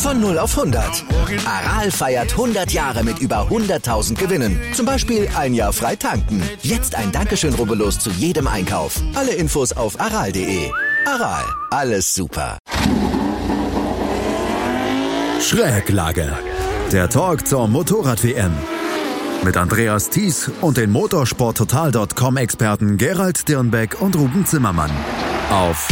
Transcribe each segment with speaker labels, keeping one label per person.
Speaker 1: Von 0 auf 100. Aral feiert 100 Jahre mit über 100.000 Gewinnen. Zum Beispiel ein Jahr frei tanken. Jetzt ein Dankeschön, rubbellos zu jedem Einkauf. Alle Infos auf aral.de. Aral, alles super.
Speaker 2: Schräglage. Der Talk zur Motorrad-WM. Mit Andreas Thies und den motorsporttotal.com-Experten Gerald Dirnbeck und Ruben Zimmermann. Auf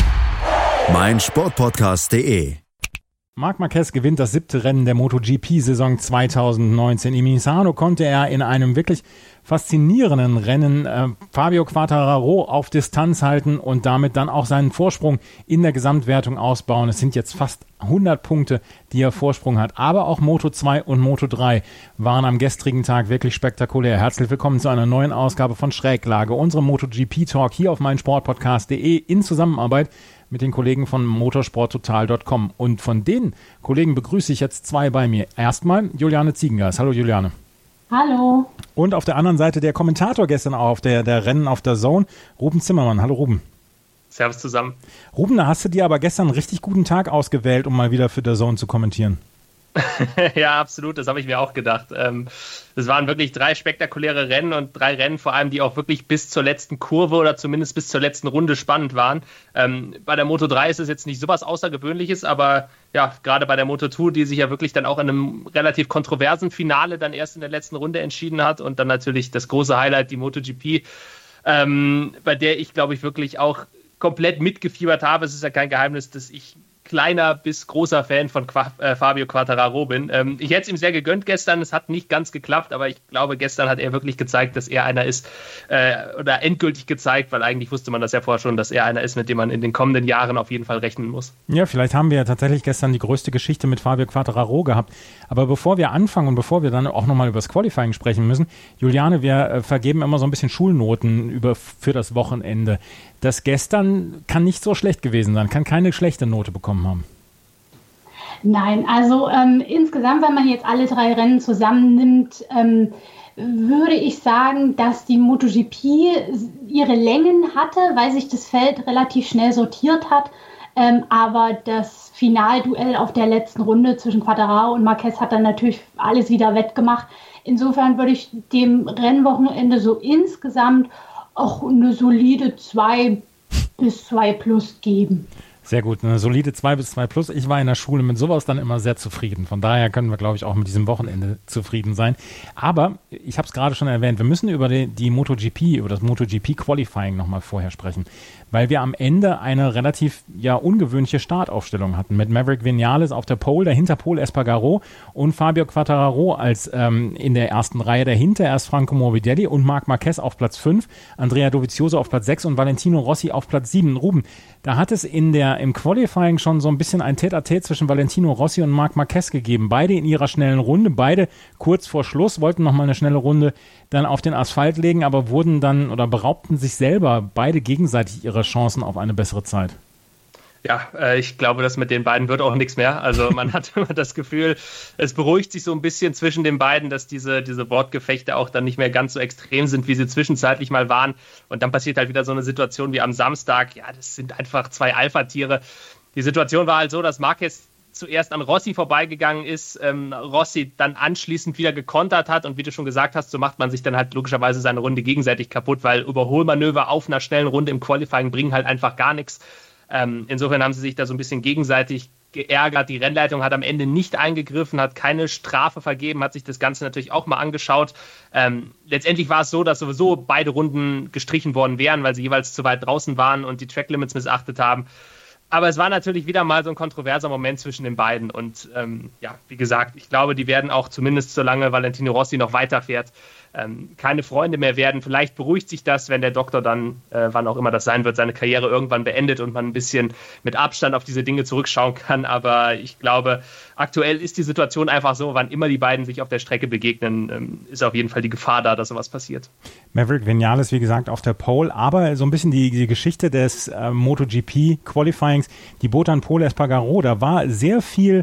Speaker 2: meinsportpodcast.de.
Speaker 3: Marc Marquez gewinnt das 7. Rennen der MotoGP-Saison 2019. In Misano konnte er in einem wirklich faszinierenden Rennen Fabio Quartararo auf Distanz halten und damit dann auch seinen Vorsprung in der Gesamtwertung ausbauen. Es sind jetzt fast 100 Punkte, die er Vorsprung hat. Aber auch Moto2 und Moto3 waren am gestrigen Tag wirklich spektakulär. Herzlich willkommen zu einer neuen Ausgabe von Schräglage, unserem MotoGP-Talk hier auf meinsportpodcast.de in Zusammenarbeit mit den Kollegen von motorsporttotal.com. Und von den Kollegen begrüße ich jetzt zwei bei mir. Erstmal Juliane Ziegengeist. Hallo Juliane.
Speaker 4: Hallo.
Speaker 3: Und auf der anderen Seite der Kommentator gestern auch auf der Rennen auf der Zone, Ruben Zimmermann. Hallo Ruben.
Speaker 5: Servus zusammen.
Speaker 3: Ruben, da hast du dir aber gestern einen richtig guten Tag ausgewählt, um mal wieder für der Zone zu kommentieren.
Speaker 5: Ja, absolut, das habe ich mir auch gedacht. Es waren wirklich 3 spektakuläre Rennen und 3 Rennen vor allem, die auch wirklich bis zur letzten Kurve oder zumindest bis zur letzten Runde spannend waren. Bei der Moto3 ist es jetzt nicht sowas Außergewöhnliches, aber ja, gerade bei der Moto2, die sich ja wirklich dann auch in einem relativ kontroversen Finale dann erst in der letzten Runde entschieden hat und dann natürlich das große Highlight, die MotoGP, bei der ich, glaube ich, wirklich auch komplett mitgefiebert habe. Es ist ja kein Geheimnis, dass ich kleiner bis großer Fan von Fabio Quartararo bin. Ich hätte es ihm sehr gegönnt gestern, es hat nicht ganz geklappt, aber ich glaube, gestern hat er wirklich gezeigt, dass er einer ist, oder endgültig gezeigt, weil eigentlich wusste man das ja vorher schon, dass er einer ist, mit dem man in den kommenden Jahren auf jeden Fall rechnen muss. Ja, vielleicht haben wir ja tatsächlich gestern die größte Geschichte mit Fabio Quartararo gehabt. Aber bevor wir anfangen und bevor wir dann auch nochmal über das Qualifying sprechen müssen, Juliane, wir vergeben immer so ein bisschen Schulnoten für das Wochenende. Das gestern kann nicht so schlecht gewesen sein, kann keine schlechte Note bekommen haben.
Speaker 4: Nein, also insgesamt, wenn man jetzt alle 3 Rennen zusammennimmt, würde ich sagen, dass die MotoGP ihre Längen hatte, weil sich das Feld relativ schnell sortiert hat. Aber das Finalduell auf der letzten Runde zwischen Quartararo und Marquez hat dann natürlich alles wieder wettgemacht. Insofern würde ich dem Rennwochenende so insgesamt auch eine solide 2 bis 2 plus geben. Sehr gut, eine solide 2 bis 2 plus. Ich war in der Schule mit sowas dann immer sehr zufrieden. Von daher können wir, glaube ich, auch mit diesem Wochenende zufrieden sein. Aber, ich habe es gerade schon erwähnt, wir müssen über die MotoGP, über das MotoGP-Qualifying nochmal vorher sprechen. Weil wir am Ende eine relativ ungewöhnliche Startaufstellung hatten. Mit Maverick Viñales auf der Pole, dahinter Pol Espargaró und Fabio Quartararo als in der ersten Reihe. Dahinter erst Franco Morbidelli und Marc Marquez auf Platz 5, Andrea Dovizioso auf Platz 6 und Valentino Rossi auf Platz 7. Ruben, da hat es im Qualifying schon so ein bisschen ein Tête-à-Tête zwischen Valentino Rossi und Marc Marquez gegeben. Beide in ihrer schnellen Runde, beide kurz vor Schluss, wollten nochmal eine schnelle Runde dann auf den Asphalt legen, aber wurden dann oder beraubten sich selber beide gegenseitig ihre Chancen auf eine bessere Zeit. Ja, ich glaube, das mit den beiden wird auch nichts mehr. Also man hat immer das Gefühl, es beruhigt sich so ein bisschen zwischen den beiden, dass diese Wortgefechte auch dann nicht mehr ganz so extrem sind, wie sie zwischenzeitlich mal waren. Und dann passiert halt wieder so eine Situation wie am Samstag. Ja, das sind einfach 2 Alpha-Tiere. Die Situation war halt so, dass Marquez zuerst an Rossi vorbeigegangen ist, Rossi dann anschließend wieder gekontert hat und wie du schon gesagt hast, so macht man sich dann halt logischerweise seine Runde gegenseitig kaputt, weil Überholmanöver auf einer schnellen Runde im Qualifying bringen halt einfach gar nichts. Insofern haben sie sich da so ein bisschen gegenseitig geärgert. Die Rennleitung hat am Ende nicht eingegriffen, hat keine Strafe vergeben, hat sich das Ganze natürlich auch mal angeschaut. Letztendlich war es so, dass sowieso beide Runden gestrichen worden wären, weil sie jeweils zu weit draußen waren und die Tracklimits missachtet haben. Aber es war natürlich wieder mal so ein kontroverser Moment zwischen den beiden. Und wie gesagt, ich glaube, die werden auch zumindest solange Valentino Rossi noch weiterfährt, keine Freunde mehr werden. Vielleicht beruhigt sich das, wenn der Doktor dann, wann auch immer das sein wird, seine Karriere irgendwann beendet und man ein bisschen mit Abstand auf diese Dinge zurückschauen kann. Aber ich glaube, aktuell ist die Situation einfach so, wann immer die beiden sich auf der Strecke begegnen, ist auf jeden Fall die Gefahr da, dass sowas passiert. Maverick Viñales, wie gesagt, auf der Pole, aber so ein bisschen die Geschichte des MotoGP-Qualifyings, die bot an Pol Espargaró, da war sehr viel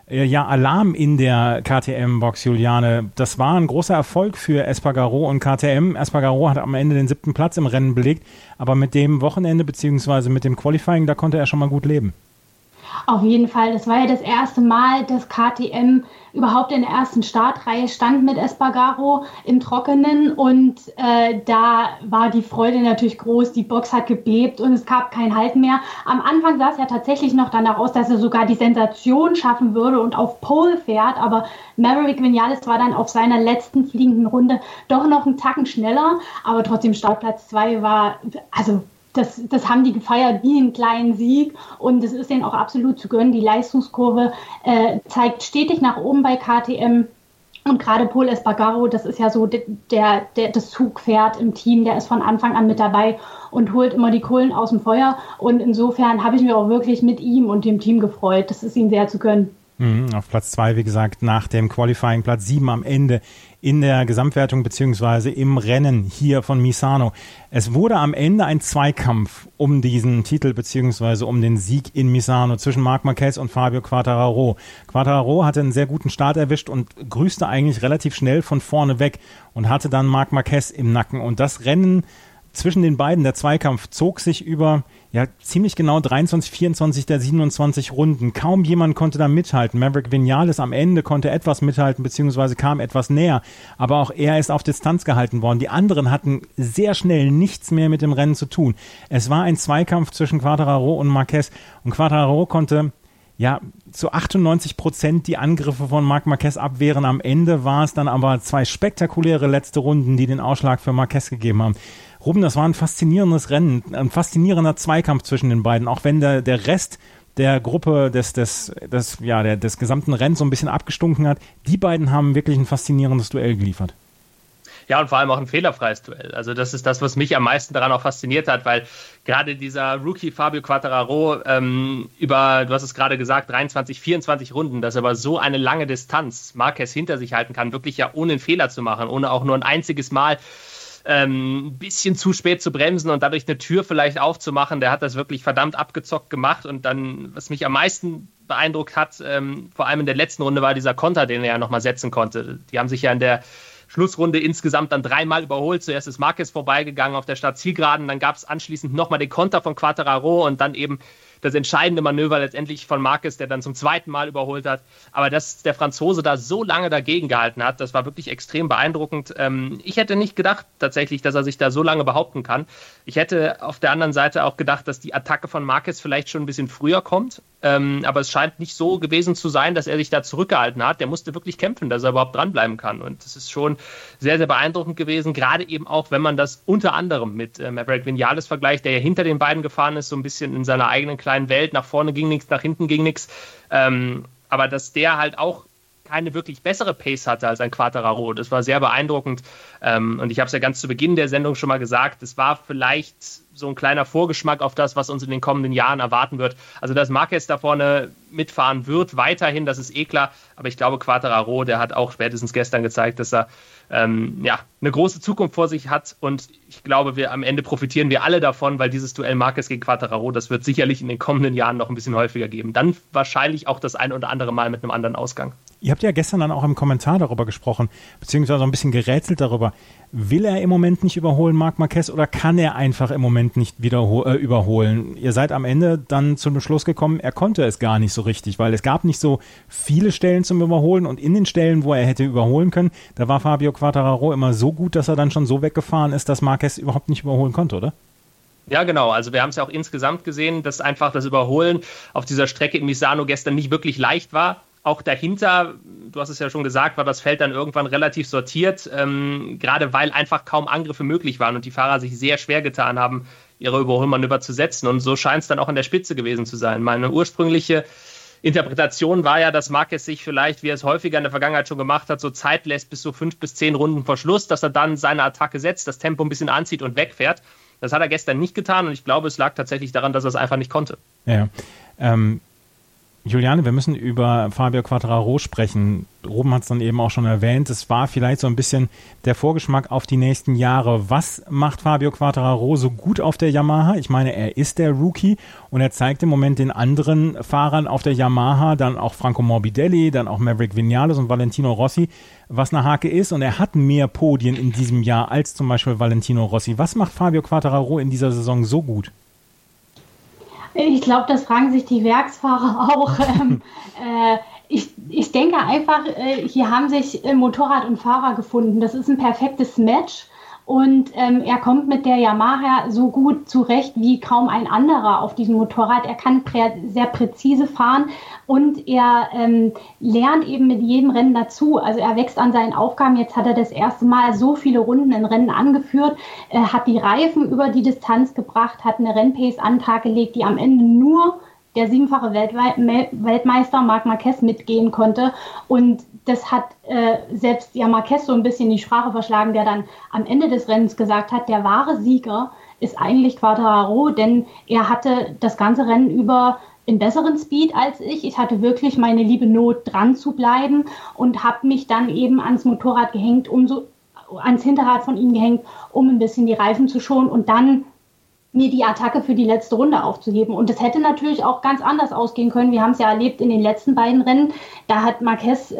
Speaker 4: Alarm in der KTM-Box, Juliane. Das war ein großer Erfolg für Espargaró und KTM. Espargaró hat am Ende den 7. Platz im Rennen belegt, aber mit dem Wochenende bzw. mit dem Qualifying, da konnte er schon mal gut leben. Auf jeden Fall. Das war ja das erste Mal, dass KTM überhaupt in der ersten Startreihe stand mit Espargaro im Trockenen und da war die Freude natürlich groß, die Box hat gebebt und es gab kein Halten mehr. Am Anfang sah es ja tatsächlich noch danach aus, dass er sogar die Sensation schaffen würde und auf Pole fährt, aber Maverick Viñales war dann auf seiner letzten fliegenden Runde doch noch einen Tacken schneller, aber trotzdem Startplatz 2 war, also das haben die gefeiert wie einen kleinen Sieg und es ist denen auch absolut zu gönnen. Die Leistungskurve zeigt stetig nach oben bei KTM und gerade Pol Espargaro, das ist ja so das Zugpferd im Team, der ist von Anfang an mit dabei und holt immer die Kohlen aus dem Feuer und insofern habe ich mich auch wirklich mit ihm und dem Team gefreut. Das ist ihm sehr zu gönnen.
Speaker 3: Auf Platz 2, wie gesagt, nach dem Qualifying, Platz 7 am Ende in der Gesamtwertung beziehungsweise im Rennen hier von Misano. Es wurde am Ende ein Zweikampf um diesen Titel beziehungsweise um den Sieg in Misano zwischen Marc Marquez und Fabio Quartararo. Quartararo hatte einen sehr guten Start erwischt und grüßte eigentlich relativ schnell von vorne weg und hatte dann Marc Marquez im Nacken. Und das Rennen zwischen den beiden, der Zweikampf, zog sich über ziemlich genau 23, 24 der 27 Runden. Kaum jemand konnte da mithalten. Maverick Viñales am Ende konnte etwas mithalten, beziehungsweise kam etwas näher. Aber auch er ist auf Distanz gehalten worden. Die anderen hatten sehr schnell nichts mehr mit dem Rennen zu tun. Es war ein Zweikampf zwischen Quartararo und Marquez. Und Quartararo konnte zu 98% die Angriffe von Marc Marquez abwehren. Am Ende war es dann aber 2 spektakuläre letzte Runden, die den Ausschlag für Marquez gegeben haben. Ruben, das war ein faszinierendes Rennen, ein faszinierender Zweikampf zwischen den beiden, auch wenn der Rest der Gruppe des gesamten Rennens so ein bisschen abgestunken hat. Die beiden haben wirklich ein faszinierendes Duell geliefert.
Speaker 5: Ja, und vor allem auch ein fehlerfreies Duell. Also das ist das, was mich am meisten daran auch fasziniert hat, weil gerade dieser Rookie Fabio Quartararo du hast es gerade gesagt, 23, 24 Runden, dass er aber so eine lange Distanz Marquez hinter sich halten kann, wirklich ohne einen Fehler zu machen, ohne auch nur ein einziges Mal ein bisschen zu spät zu bremsen und dadurch eine Tür vielleicht aufzumachen. Der hat das wirklich verdammt abgezockt gemacht und dann, was mich am meisten beeindruckt hat, vor allem in der letzten Runde, war dieser Konter, den er ja nochmal setzen konnte. Die haben sich ja in der Schlussrunde insgesamt dann 3-mal überholt. Zuerst ist Marquez vorbeigegangen auf der Startzielgeraden, dann gab es anschließend nochmal den Konter von Quartararo und dann eben das entscheidende Manöver letztendlich von Marquez, der dann zum 2. Mal überholt hat. Aber dass der Franzose da so lange dagegen gehalten hat, das war wirklich extrem beeindruckend. Ich hätte nicht gedacht tatsächlich, dass er sich da so lange behaupten kann. Ich hätte auf der anderen Seite auch gedacht, dass die Attacke von Marquez vielleicht schon ein bisschen früher kommt. Aber es scheint nicht so gewesen zu sein, dass er sich da zurückgehalten hat. Der musste wirklich kämpfen, dass er überhaupt dranbleiben kann. Und das ist schon sehr, sehr beeindruckend gewesen. Gerade eben auch, wenn man das unter anderem mit Maverick Viñales vergleicht, der ja hinter den beiden gefahren ist, so ein bisschen in seiner eigenen kleinen Welt. Nach vorne ging nichts, nach hinten ging nichts. Aber dass der halt auch keine wirklich bessere Pace hatte als ein Quartararo. Das war sehr beeindruckend. Und ich habe es ja ganz zu Beginn der Sendung schon mal gesagt, es war vielleicht so ein kleiner Vorgeschmack auf das, was uns in den kommenden Jahren erwarten wird. Also, dass Marquez da vorne mitfahren wird, weiterhin, das ist klar. Aber ich glaube, Quartararo, der hat auch spätestens gestern gezeigt, dass er eine große Zukunft vor sich hat. Und ich glaube, am Ende profitieren wir alle davon, weil dieses Duell Marquez gegen Quartararo, das wird sicherlich in den kommenden Jahren noch ein bisschen häufiger geben. Dann wahrscheinlich auch das ein oder andere Mal mit einem anderen Ausgang.
Speaker 3: Ihr habt ja gestern dann auch im Kommentar darüber gesprochen, beziehungsweise ein bisschen gerätselt darüber. Will er im Moment nicht überholen, Marc Marquez, oder kann er einfach im Moment nicht wieder überholen? Ihr seid am Ende dann zum Schluss gekommen, er konnte es gar nicht so richtig, weil es gab nicht so viele Stellen zum Überholen und in den Stellen, wo er hätte überholen können, da war Fabio Quartararo immer so gut, dass er dann schon so weggefahren ist, dass Marquez überhaupt nicht überholen konnte, oder?
Speaker 5: Ja, genau. Also wir haben es ja auch insgesamt gesehen, dass einfach das Überholen auf dieser Strecke in Misano gestern nicht wirklich leicht war. Auch dahinter, du hast es ja schon gesagt, war das Feld dann irgendwann relativ sortiert, gerade weil einfach kaum Angriffe möglich waren und die Fahrer sich sehr schwer getan haben, ihre Überholmanöver zu setzen. Und so scheint es dann auch an der Spitze gewesen zu sein. Meine ursprüngliche Interpretation war ja, dass Marquez sich vielleicht, wie er es häufiger in der Vergangenheit schon gemacht hat, so Zeit lässt bis so 5 bis 10 Runden vor Schluss, dass er dann seine Attacke setzt, das Tempo ein bisschen anzieht und wegfährt. Das hat er gestern nicht getan und ich glaube, es lag tatsächlich daran, dass er es einfach nicht konnte.
Speaker 3: Ja, Juliane, wir müssen über Fabio Quartararo sprechen. Ruben hat es dann eben auch schon erwähnt. Es war vielleicht so ein bisschen der Vorgeschmack auf die nächsten Jahre. Was macht Fabio Quartararo so gut auf der Yamaha? Ich meine, er ist der Rookie und er zeigt im Moment den anderen Fahrern auf der Yamaha, dann auch Franco Morbidelli, dann auch Maverick Viñales und Valentino Rossi, was eine Hake ist. Und er hat mehr Podien in diesem Jahr als zum Beispiel Valentino Rossi. Was macht Fabio Quartararo in dieser Saison so gut?
Speaker 4: Ich glaube, das fragen sich die Werksfahrer auch. Ich denke einfach, hier haben sich Motorrad und Fahrer gefunden. Das ist ein perfektes Match. Und er kommt mit der Yamaha so gut zurecht wie kaum ein anderer auf diesem Motorrad. Er kann sehr präzise fahren und er lernt eben mit jedem Rennen dazu. Also er wächst an seinen Aufgaben. Jetzt hat er das erste Mal so viele Runden in Rennen angeführt, hat die Reifen über die Distanz gebracht, hat eine Rennpace an den Tag gelegt, die am Ende nur der 7-fache Weltmeister Marc Marquez mitgehen konnte. Und das hat selbst Marquez so ein bisschen die Sprache verschlagen, der dann am Ende des Rennens gesagt hat, der wahre Sieger ist eigentlich Quartararo, denn er hatte das ganze Rennen über einen besseren Speed als ich. Ich hatte wirklich meine liebe Not, dran zu bleiben und habe mich dann eben ans Motorrad gehängt, ans Hinterrad von ihm gehängt, um ein bisschen die Reifen zu schonen und dann mir die Attacke für die letzte Runde aufzuheben. Und das hätte natürlich auch ganz anders ausgehen können. Wir haben es ja erlebt in den letzten beiden Rennen. Da hat Marquez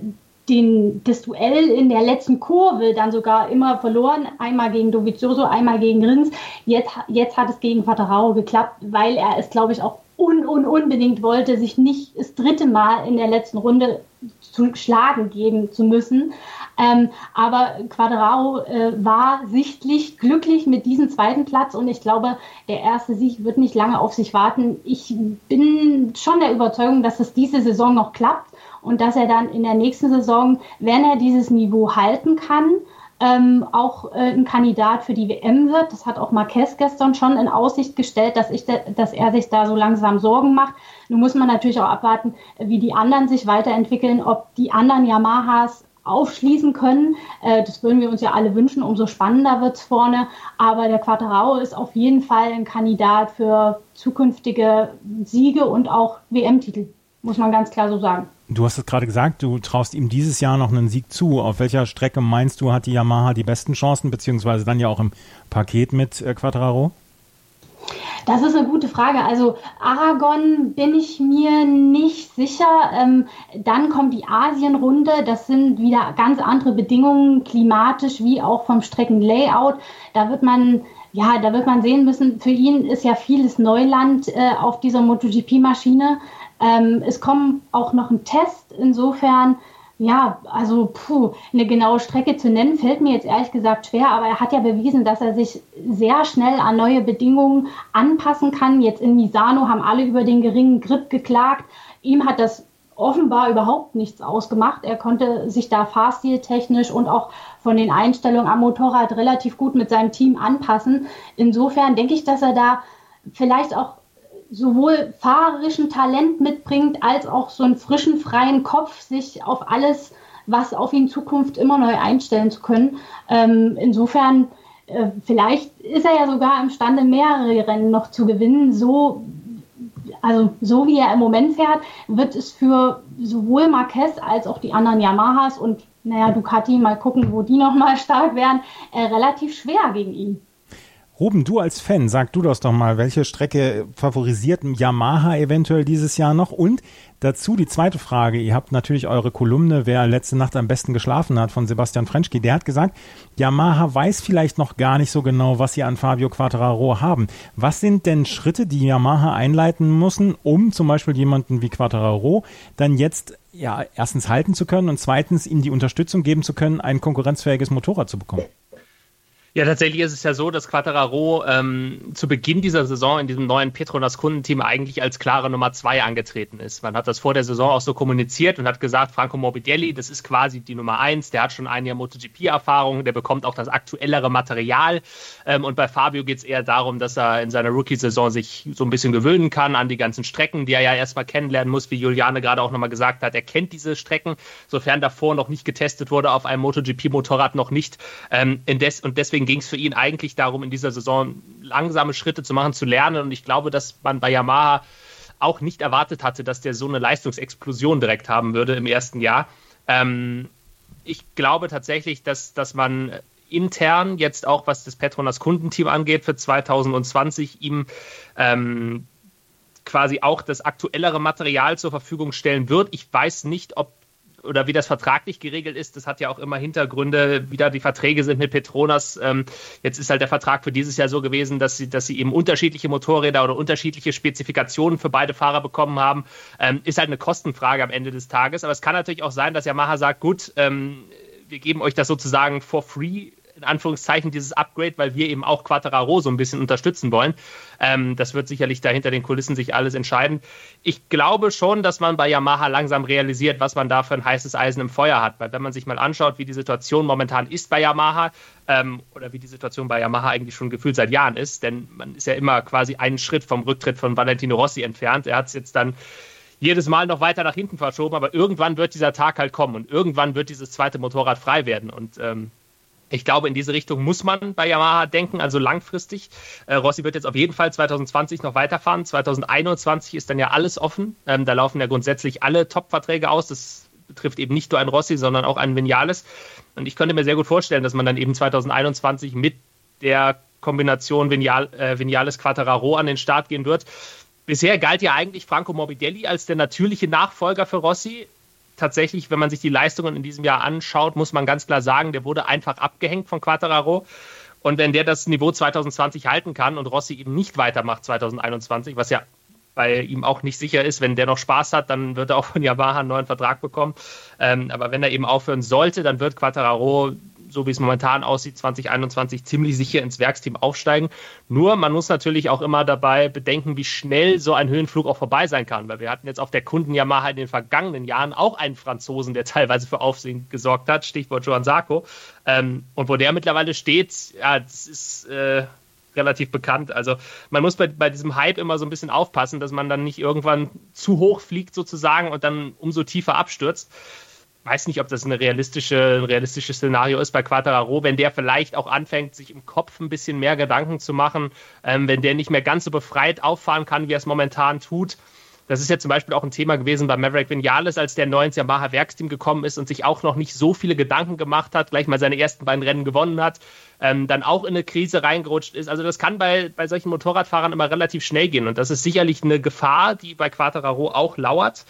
Speaker 4: das Duell in der letzten Kurve dann sogar immer verloren. Einmal gegen Dovizioso, einmal gegen Rins. Jetzt hat es gegen Quartararo geklappt, weil er es, glaube ich, auch unbedingt wollte, sich nicht das dritte Mal in der letzten Runde zu schlagen geben zu müssen. Aber Quartararo war sichtlich glücklich mit diesem zweiten Platz und ich glaube, der erste Sieg wird nicht lange auf sich warten. Ich bin schon der Überzeugung, dass es diese Saison noch klappt und dass er dann in der nächsten Saison, wenn er dieses Niveau halten kann, auch ein Kandidat für die WM wird. Das hat auch Marquez gestern schon in Aussicht gestellt, dass er sich da so langsam Sorgen macht. Nun muss man natürlich auch abwarten, wie die anderen sich weiterentwickeln, ob die anderen Yamahas aufschließen können. Das würden wir uns ja alle wünschen, umso spannender wird es vorne. Aber der Quartararo ist auf jeden Fall ein Kandidat für zukünftige Siege und auch WM-Titel, muss man ganz klar so sagen.
Speaker 3: Du hast es gerade gesagt, du traust ihm dieses Jahr noch einen Sieg zu. Auf welcher Strecke meinst du, hat die Yamaha die besten Chancen, beziehungsweise dann ja auch im Paket mit Quartararo?
Speaker 4: Das ist eine gute Frage. Also Aragon bin ich mir nicht sicher. Dann kommt die Asienrunde. Das sind wieder ganz andere Bedingungen, klimatisch wie auch vom Streckenlayout. Da wird man sehen müssen, für ihn ist ja vieles Neuland auf dieser MotoGP-Maschine. Es kommt auch noch ein Test. Insofern, eine genaue Strecke zu nennen, fällt mir jetzt ehrlich gesagt schwer, aber er hat ja bewiesen, dass er sich sehr schnell an neue Bedingungen anpassen kann. Jetzt in Misano haben alle über den geringen Grip geklagt. Ihm hat das offenbar überhaupt nichts ausgemacht. Er konnte sich da fahrstiltechnisch und auch von den Einstellungen am Motorrad relativ gut mit seinem Team anpassen. Insofern denke ich, dass er da vielleicht auch sowohl fahrerischen Talent mitbringt, als auch so einen frischen, freien Kopf, sich auf alles, was auf ihn Zukunft immer neu einstellen zu können. Insofern, vielleicht ist er ja sogar imstande, mehrere Rennen noch zu gewinnen. So wie er im Moment fährt, wird es für sowohl Marquez als auch die anderen Yamahas und Ducati, mal gucken, wo die nochmal stark werden, relativ schwer gegen ihn.
Speaker 3: Ruben, du als Fan, sag du das doch mal, welche Strecke favorisiert Yamaha eventuell dieses Jahr noch? Und dazu die zweite Frage, ihr habt natürlich eure Kolumne, wer letzte Nacht am besten geschlafen hat, von Sebastian Frenschke, der hat gesagt, Yamaha weiß vielleicht noch gar nicht so genau, was sie an Fabio Quartararo haben. Was sind denn Schritte, die Yamaha einleiten müssen, um zum Beispiel jemanden wie Quartararo dann jetzt erstens halten zu können und zweitens ihm die Unterstützung geben zu können, ein konkurrenzfähiges Motorrad zu bekommen?
Speaker 5: Ja, tatsächlich ist es ja so, dass Quartararo zu Beginn dieser Saison in diesem neuen Petronas-Kundenteam eigentlich als klare Nummer 2 angetreten ist. Man hat das vor der Saison auch so kommuniziert und hat gesagt, Franco Morbidelli, das ist quasi die Nummer 1, der hat schon ein Jahr MotoGP-Erfahrung, der bekommt auch das aktuellere Material. Und bei Fabio geht es eher darum, dass er in seiner Rookie-Saison sich so ein bisschen gewöhnen kann an die ganzen Strecken, die er ja erstmal kennenlernen muss, wie Juliane gerade auch nochmal gesagt hat. Er kennt diese Strecken, sofern davor noch nicht getestet wurde auf einem MotoGP-Motorrad, noch nicht. Und deswegen ging es für ihn eigentlich darum, in dieser Saison langsame Schritte zu machen, zu lernen. Und ich glaube, dass man bei Yamaha auch nicht erwartet hatte, dass der so eine Leistungsexplosion direkt haben würde im ersten Jahr. Ich glaube tatsächlich, dass man intern jetzt auch, was das Petronas Kundenteam angeht, für 2020 ihm quasi auch das aktuellere Material zur Verfügung stellen wird. Ich weiß nicht, ob oder wie das vertraglich geregelt ist, das hat ja auch immer Hintergründe, wie da die Verträge sind mit Petronas. Jetzt ist halt der Vertrag für dieses Jahr so gewesen, dass sie eben unterschiedliche Motorräder oder unterschiedliche Spezifikationen für beide Fahrer bekommen haben. Ist halt eine Kostenfrage am Ende des Tages. Aber es kann natürlich auch sein, dass Yamaha sagt, gut, wir geben euch das sozusagen for free, in Anführungszeichen, dieses Upgrade, weil wir eben auch Quartararo so ein bisschen unterstützen wollen. Das wird sicherlich da hinter den Kulissen sich alles entscheiden. Ich glaube schon, dass man bei Yamaha langsam realisiert, was man da für ein heißes Eisen im Feuer hat. Weil wenn man sich mal anschaut, wie die Situation momentan ist bei Yamaha, oder wie die Situation bei Yamaha eigentlich schon gefühlt seit Jahren ist, denn man ist ja immer quasi einen Schritt vom Rücktritt von Valentino Rossi entfernt. Er hat es jetzt dann jedes Mal noch weiter nach hinten verschoben, aber irgendwann wird dieser Tag halt kommen und irgendwann wird dieses zweite Motorrad frei werden. Und ich glaube, in diese Richtung muss man bei Yamaha denken, also langfristig. Rossi wird jetzt auf jeden Fall 2020 noch weiterfahren. 2021 ist dann ja alles offen. Da laufen ja grundsätzlich alle Top-Verträge aus. Das betrifft eben nicht nur einen Rossi, sondern auch einen Viñales. Und ich könnte mir sehr gut vorstellen, dass man dann eben 2021 mit der Kombination Viñales-Quartararo an den Start gehen wird. Bisher galt ja eigentlich Franco Morbidelli als der natürliche Nachfolger für Rossi. Tatsächlich, wenn man sich die Leistungen in diesem Jahr anschaut, muss man ganz klar sagen, der wurde einfach abgehängt von Quartararo. Und wenn der das Niveau 2020 halten kann und Rossi eben nicht weitermacht 2021, was ja bei ihm auch nicht sicher ist, wenn der noch Spaß hat, dann wird er auch von Yamaha einen neuen Vertrag bekommen. Aber wenn er eben aufhören sollte, dann wird Quartararo, so wie es momentan aussieht, 2021 ziemlich sicher ins Werksteam aufsteigen. Nur, man muss natürlich auch immer dabei bedenken, wie schnell so ein Höhenflug auch vorbei sein kann, weil wir hatten jetzt auf der Kunden-Yamaha in den vergangenen Jahren auch einen Franzosen, der teilweise für Aufsehen gesorgt hat, Stichwort Johann Zarco. Und wo der mittlerweile steht, ja, das ist relativ bekannt. Also man muss bei diesem Hype immer so ein bisschen aufpassen, dass man dann nicht irgendwann zu hoch fliegt sozusagen und dann umso tiefer abstürzt. Weiß nicht, ob das ein realistisches Szenario ist bei Quartararo, wenn der vielleicht auch anfängt, sich im Kopf ein bisschen mehr Gedanken zu machen, wenn der nicht mehr ganz so befreit auffahren kann, wie er es momentan tut. Das ist ja zum Beispiel auch ein Thema gewesen bei Maverick Viñales, als der neu ins Yamaha-Werksteam gekommen ist und sich auch noch nicht so viele Gedanken gemacht hat, gleich mal seine ersten beiden Rennen gewonnen hat, dann auch in eine Krise reingerutscht ist. Also das kann bei solchen Motorradfahrern immer relativ schnell gehen und das ist sicherlich eine Gefahr, die bei Quartararo auch lauert.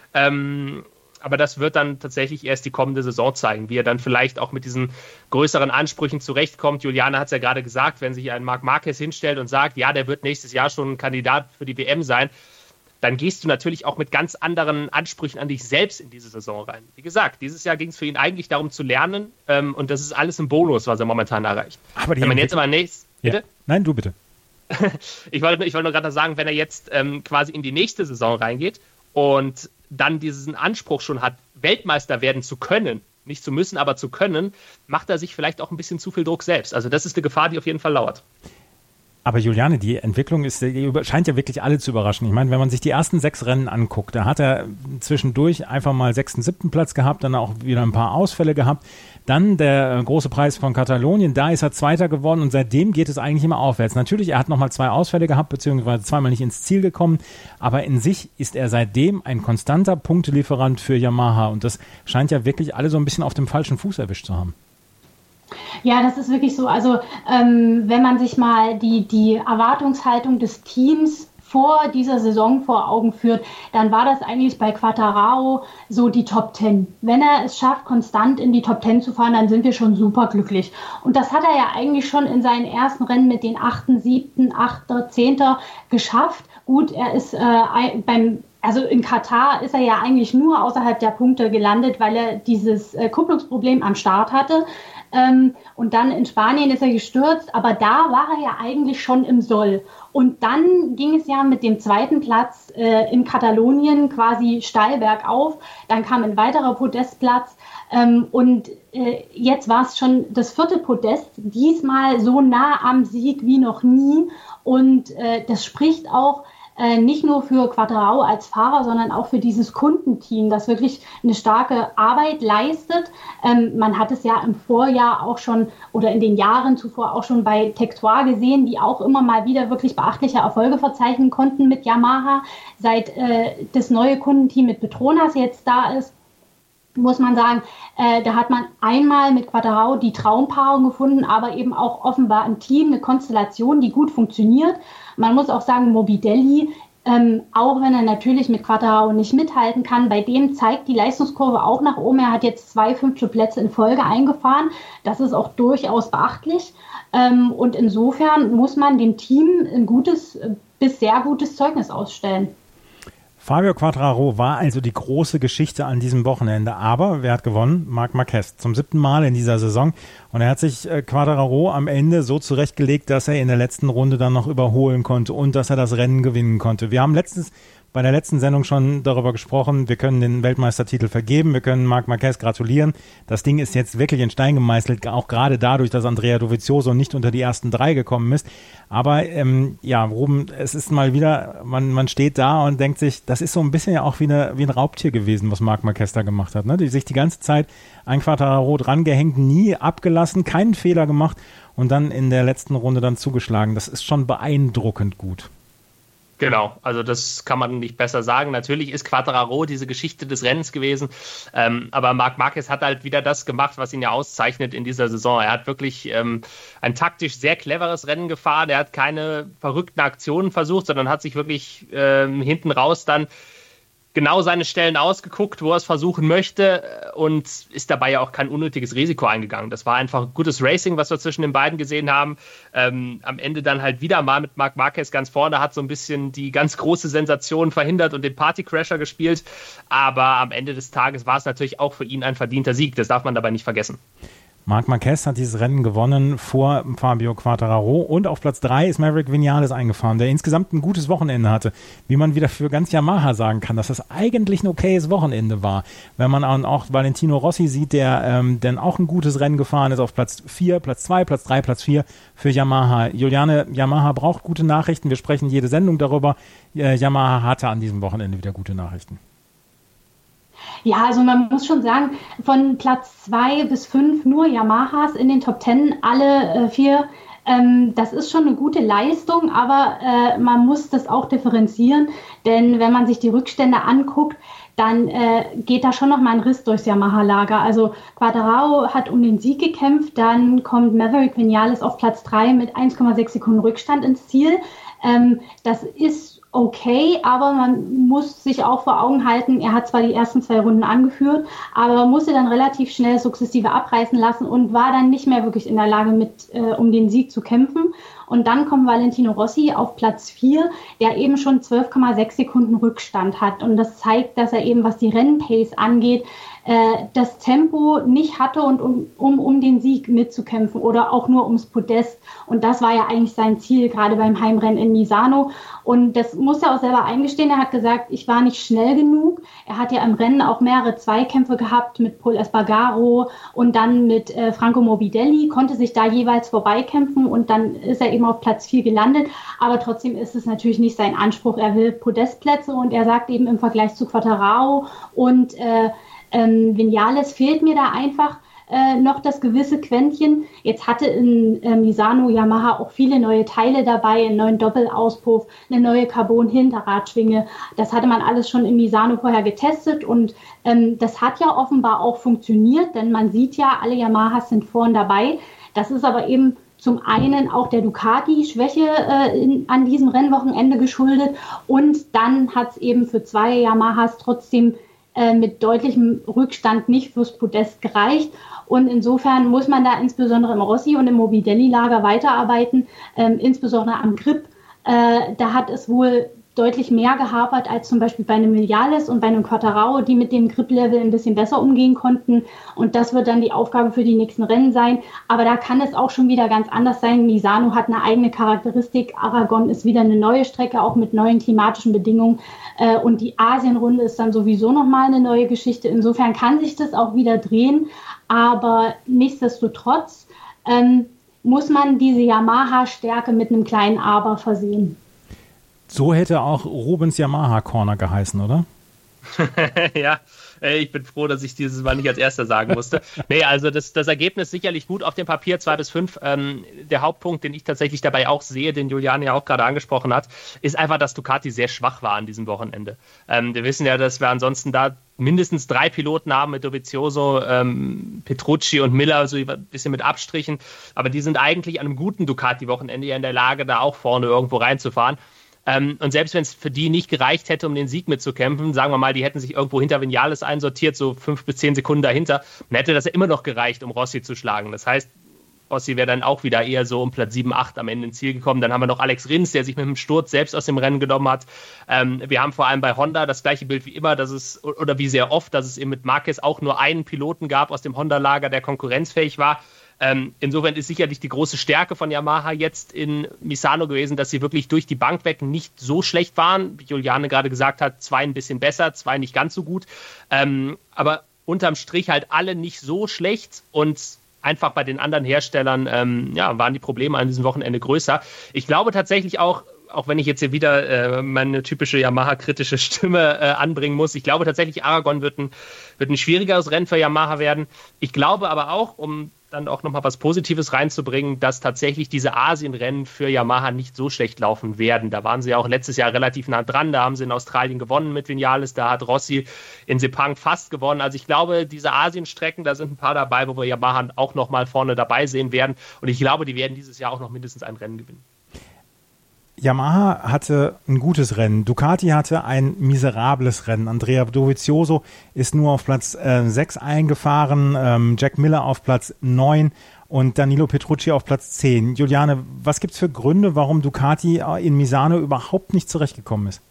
Speaker 5: Aber das wird dann tatsächlich erst die kommende Saison zeigen, wie er dann vielleicht auch mit diesen größeren Ansprüchen zurechtkommt. Juliane hat es ja gerade gesagt, wenn sich ein Marc Marquez hinstellt und sagt, ja, der wird nächstes Jahr schon ein Kandidat für die WM sein, dann gehst du natürlich auch mit ganz anderen Ansprüchen an dich selbst in diese Saison rein. Wie gesagt, dieses Jahr ging es für ihn eigentlich darum zu lernen und das ist alles ein Bonus, was er momentan erreicht.
Speaker 3: Aber
Speaker 5: wenn man jetzt aber nächstes...
Speaker 3: Ja. Nein, du bitte.
Speaker 5: Ich wollte nur gerade sagen, wenn er jetzt quasi in die nächste Saison reingeht und dann diesen Anspruch schon hat, Weltmeister werden zu können, nicht zu müssen, aber zu können, macht er sich vielleicht auch ein bisschen zu viel Druck selbst. Also das ist eine Gefahr, die auf jeden Fall lauert.
Speaker 3: Aber Juliane, die Entwicklung scheint ja wirklich alle zu überraschen. Ich meine, wenn man sich die ersten 6 Rennen anguckt, da hat er zwischendurch einfach mal 6., 7. Platz gehabt, dann auch wieder ein paar Ausfälle gehabt. Dann der große Preis von Katalonien, da ist er Zweiter geworden und seitdem geht es eigentlich immer aufwärts. Natürlich, er hat nochmal 2 Ausfälle gehabt, beziehungsweise zweimal nicht ins Ziel gekommen, aber in sich ist er seitdem ein konstanter Punktelieferant für Yamaha und das scheint ja wirklich alle so ein bisschen auf dem falschen Fuß erwischt zu haben.
Speaker 4: Ja, das ist wirklich so. Also wenn man sich mal die Erwartungshaltung des Teams vor dieser Saison vor Augen führt, dann war das eigentlich bei Quartararo so die Top 10. Wenn er es schafft, konstant in die Top 10 zu fahren, dann sind wir schon super glücklich. Und das hat er ja eigentlich schon in seinen ersten Rennen mit den 8., 7., 8., 10. geschafft. Gut, er ist also in Katar ist er ja eigentlich nur außerhalb der Punkte gelandet, weil er dieses Kupplungsproblem am Start hatte. Und dann in Spanien ist er gestürzt, aber da war er ja eigentlich schon im Soll. Und dann ging es ja mit dem 2. Platz in Katalonien quasi steil bergauf. Dann kam ein weiterer Podestplatz und jetzt war es schon das 4. Podest, diesmal so nah am Sieg wie noch nie. Und das spricht auch nicht nur für Quartararo als Fahrer, sondern auch für dieses Kundenteam, das wirklich eine starke Arbeit leistet. Man hat es ja im Vorjahr auch schon oder in den Jahren zuvor auch schon bei Tectoir gesehen, die auch immer mal wieder wirklich beachtliche Erfolge verzeichnen konnten mit Yamaha. Seit das neue Kundenteam mit Petronas jetzt da ist, muss man sagen, da hat man einmal mit Quartararo die Traumpaarung gefunden, aber eben auch offenbar im Team eine Konstellation, die gut funktioniert. Man muss auch sagen, Morbidelli auch wenn er natürlich mit Quartararo nicht mithalten kann. Bei dem zeigt die Leistungskurve auch nach oben. Er hat jetzt 2 5. Plätze in Folge eingefahren. Das ist auch durchaus beachtlich. Und insofern muss man dem Team ein gutes bis sehr gutes Zeugnis ausstellen.
Speaker 3: Fabio Quartararo war also die große Geschichte an diesem Wochenende. Aber wer hat gewonnen? Marc Marquez. Zum 7. Mal in dieser Saison. Und er hat sich Quartararo am Ende so zurechtgelegt, dass er in der letzten Runde dann noch überholen konnte und dass er das Rennen gewinnen konnte. Wir haben bei der letzten Sendung schon darüber gesprochen, wir können den Weltmeistertitel vergeben, wir können Marc Marquez gratulieren. Das Ding ist jetzt wirklich in Stein gemeißelt, auch gerade dadurch, dass Andrea Dovizioso nicht unter die ersten 3 gekommen ist. Aber Ruben, es ist mal wieder, man steht da und denkt sich, das ist so ein bisschen ja auch wie ein Raubtier gewesen, was Marc Marquez da gemacht hat. Ne? Die sich die ganze Zeit an Quartararo drangehängt, nie abgelassen, keinen Fehler gemacht und dann in der letzten Runde dann zugeschlagen. Das ist schon beeindruckend gut.
Speaker 5: Genau, also das kann man nicht besser sagen. Natürlich ist Quartararo diese Geschichte des Rennens gewesen, aber Marc Marquez hat halt wieder das gemacht, was ihn ja auszeichnet in dieser Saison. Er hat wirklich ein taktisch sehr cleveres Rennen gefahren. Er hat keine verrückten Aktionen versucht, sondern hat sich wirklich hinten raus dann genau seine Stellen ausgeguckt, wo er es versuchen möchte und ist dabei ja auch kein unnötiges Risiko eingegangen. Das war einfach gutes Racing, was wir zwischen den beiden gesehen haben. Am Ende dann halt wieder mal mit Marc Marquez ganz vorne, hat so ein bisschen die ganz große Sensation verhindert und den Partycrasher gespielt. Aber am Ende des Tages war es natürlich auch für ihn ein verdienter Sieg. Das darf man dabei nicht vergessen.
Speaker 3: Marc Marquez hat dieses Rennen gewonnen vor Fabio Quartararo und auf Platz 3 ist Maverick Viñales eingefahren, der insgesamt ein gutes Wochenende hatte. Wie man wieder für ganz Yamaha sagen kann, dass das eigentlich ein okayes Wochenende war. Wenn man auch Valentino Rossi sieht, der dann auch ein gutes Rennen gefahren ist auf Platz 4, Platz 2, Platz 3, Platz 4 für Yamaha. Juliane, Yamaha braucht gute Nachrichten. Wir sprechen jede Sendung darüber. Yamaha hatte an diesem Wochenende wieder gute Nachrichten.
Speaker 4: Ja, also man muss schon sagen, von Platz 2 bis 5 nur Yamahas in den Top 10, alle 4. Das ist schon eine gute Leistung, aber man muss das auch differenzieren, denn wenn man sich die Rückstände anguckt, dann geht da schon nochmal ein Riss durchs Yamaha-Lager. Also Quartararo hat um den Sieg gekämpft, dann kommt Maverick Viñales auf Platz 3 mit 1,6 Sekunden Rückstand ins Ziel. Das ist okay, aber man muss sich auch vor Augen halten, er hat zwar die ersten 2 Runden angeführt, aber musste dann relativ schnell sukzessive abreißen lassen und war dann nicht mehr wirklich in der Lage, um den Sieg zu kämpfen. Und dann kommt Valentino Rossi auf Platz 4, der eben schon 12,6 Sekunden Rückstand hat. Und das zeigt, dass er eben, was die Rennpace angeht, das Tempo nicht hatte und um den Sieg mitzukämpfen oder auch nur ums Podest. Und das war ja eigentlich sein Ziel, gerade beim Heimrennen in Misano. Und das muss er auch selber eingestehen. Er hat gesagt, ich war nicht schnell genug. Er hat ja im Rennen auch mehrere Zweikämpfe gehabt mit Pol Espargaro und dann mit Franco Morbidelli, konnte sich da jeweils vorbeikämpfen und dann ist er eben auf Platz 4 gelandet. Aber trotzdem ist es natürlich nicht sein Anspruch. Er will Podestplätze und er sagt eben im Vergleich zu Quartararo und Viñales fehlt mir da einfach noch das gewisse Quäntchen. Jetzt hatte in Misano Yamaha auch viele neue Teile dabei, einen neuen Doppelauspuff, eine neue Carbon-Hinterradschwinge. Das hatte man alles schon in Misano vorher getestet und das hat ja offenbar auch funktioniert, denn man sieht ja, alle Yamahas sind vorn dabei. Das ist aber eben zum einen auch der Ducati-Schwäche an diesem Rennwochenende geschuldet und dann hat es eben für 2 Yamahas trotzdem mit deutlichem Rückstand nicht fürs Podest gereicht. Und insofern muss man da insbesondere im Rossi- und im Morbidelli-Lager weiterarbeiten, insbesondere am Grip. Da hat es wohl deutlich mehr gehapert als zum Beispiel bei einem Viñales und bei einem Quartararo, die mit dem Grip-Level ein bisschen besser umgehen konnten. Und das wird dann die Aufgabe für die nächsten Rennen sein. Aber da kann es auch schon wieder ganz anders sein. Misano hat eine eigene Charakteristik. Aragon ist wieder eine neue Strecke, auch mit neuen klimatischen Bedingungen. Und die Asienrunde ist dann sowieso nochmal eine neue Geschichte. Insofern kann sich das auch wieder drehen. Aber nichtsdestotrotz muss man diese Yamaha-Stärke mit einem kleinen Aber versehen.
Speaker 3: So hätte auch Rubens Yamaha Corner geheißen, oder?
Speaker 5: Ja, ich bin froh, dass ich dieses Mal nicht als Erster sagen musste. Nee, also das Ergebnis sicherlich gut auf dem Papier, 2 bis 5. Der Hauptpunkt, den ich tatsächlich dabei auch sehe, den Juliane ja auch gerade angesprochen hat, ist einfach, dass Ducati sehr schwach war an diesem Wochenende. Wir wissen ja, dass wir ansonsten da mindestens 3 Piloten haben mit Dovizioso, Petrucci und Miller, so ein bisschen mit Abstrichen. Aber die sind eigentlich an einem guten Ducati-Wochenende ja in der Lage, da auch vorne irgendwo reinzufahren. Und selbst wenn es für die nicht gereicht hätte, um den Sieg mitzukämpfen, sagen wir mal, die hätten sich irgendwo hinter Vinales einsortiert, so 5 bis 10 Sekunden dahinter, dann hätte das ja immer noch gereicht, um Rossi zu schlagen. Das heißt, Rossi wäre dann auch wieder eher so um Platz 7, 8 am Ende ins Ziel gekommen. Dann haben wir noch Alex Rins, der sich mit dem Sturz selbst aus dem Rennen genommen hat. Wir haben vor allem bei Honda das gleiche Bild wie immer, oder wie sehr oft, dass es eben mit Marquez auch nur einen Piloten gab aus dem Honda-Lager, der konkurrenzfähig war. Insofern ist sicherlich die große Stärke von Yamaha jetzt in Misano gewesen, dass sie wirklich durch die Bank weg nicht so schlecht waren. Wie Juliane gerade gesagt hat, 2 ein bisschen besser, 2 nicht ganz so gut. Aber unterm Strich halt alle nicht so schlecht und einfach bei den anderen Herstellern waren die Probleme an diesem Wochenende größer. Ich glaube tatsächlich auch wenn ich jetzt hier wieder meine typische Yamaha-kritische Stimme anbringen muss, ich glaube tatsächlich, Aragon wird ein schwierigeres Rennen für Yamaha werden. Ich glaube aber auch, um dann auch nochmal was Positives reinzubringen, dass tatsächlich diese Asien-Rennen für Yamaha nicht so schlecht laufen werden. Da waren sie ja auch letztes Jahr relativ nah dran. Da haben sie in Australien gewonnen mit Vinales. Da hat Rossi in Sepang fast gewonnen. Also ich glaube, diese Asien-Strecken, da sind ein paar dabei, wo wir Yamaha auch nochmal vorne dabei sehen werden. Und ich glaube, die werden dieses Jahr auch noch mindestens ein Rennen gewinnen.
Speaker 3: Yamaha hatte ein gutes Rennen. Ducati hatte ein miserables Rennen. Andrea Dovizioso ist nur auf Platz 6 eingefahren, Jack Miller auf Platz 9 und Danilo Petrucci auf Platz 10. Juliane, was gibt es für Gründe, warum Ducati in Misano überhaupt nicht zurechtgekommen ist?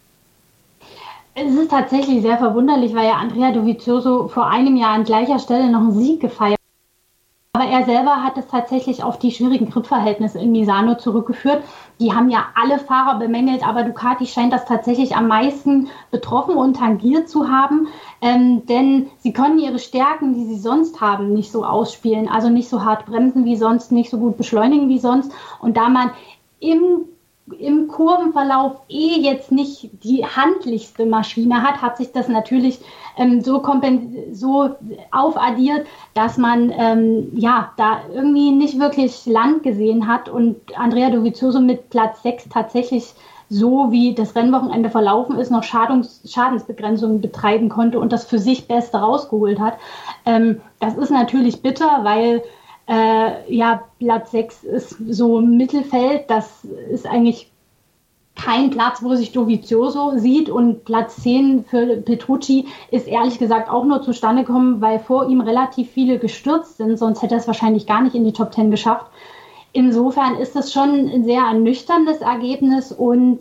Speaker 4: Es ist tatsächlich sehr verwunderlich, weil ja Andrea Dovizioso vor einem Jahr an gleicher Stelle noch einen Sieg gefeiert hat. Aber er selber hat es tatsächlich auf die schwierigen Gripverhältnisse in Misano zurückgeführt. Die haben ja alle Fahrer bemängelt, aber Ducati scheint das tatsächlich am meisten betroffen und tangiert zu haben. Denn sie können ihre Stärken, die sie sonst haben, nicht so ausspielen. Also nicht so hart bremsen wie sonst, nicht so gut beschleunigen wie sonst. Und da man im Kurvenverlauf jetzt nicht die handlichste Maschine hat sich das natürlich so aufaddiert, dass man da irgendwie nicht wirklich Land gesehen hat und Andrea Dovizioso mit Platz 6 tatsächlich so wie das Rennwochenende verlaufen ist, noch Schadensbegrenzung betreiben konnte und das für sich Beste rausgeholt hat. Das ist natürlich bitter, weil Platz 6 ist so im Mittelfeld, das ist eigentlich kein Platz, wo sich Dovizioso sieht und Platz 10 für Petrucci ist ehrlich gesagt auch nur zustande gekommen, weil vor ihm relativ viele gestürzt sind, sonst hätte er es wahrscheinlich gar nicht in die Top 10 geschafft. Insofern ist das schon ein sehr ernüchterndes Ergebnis und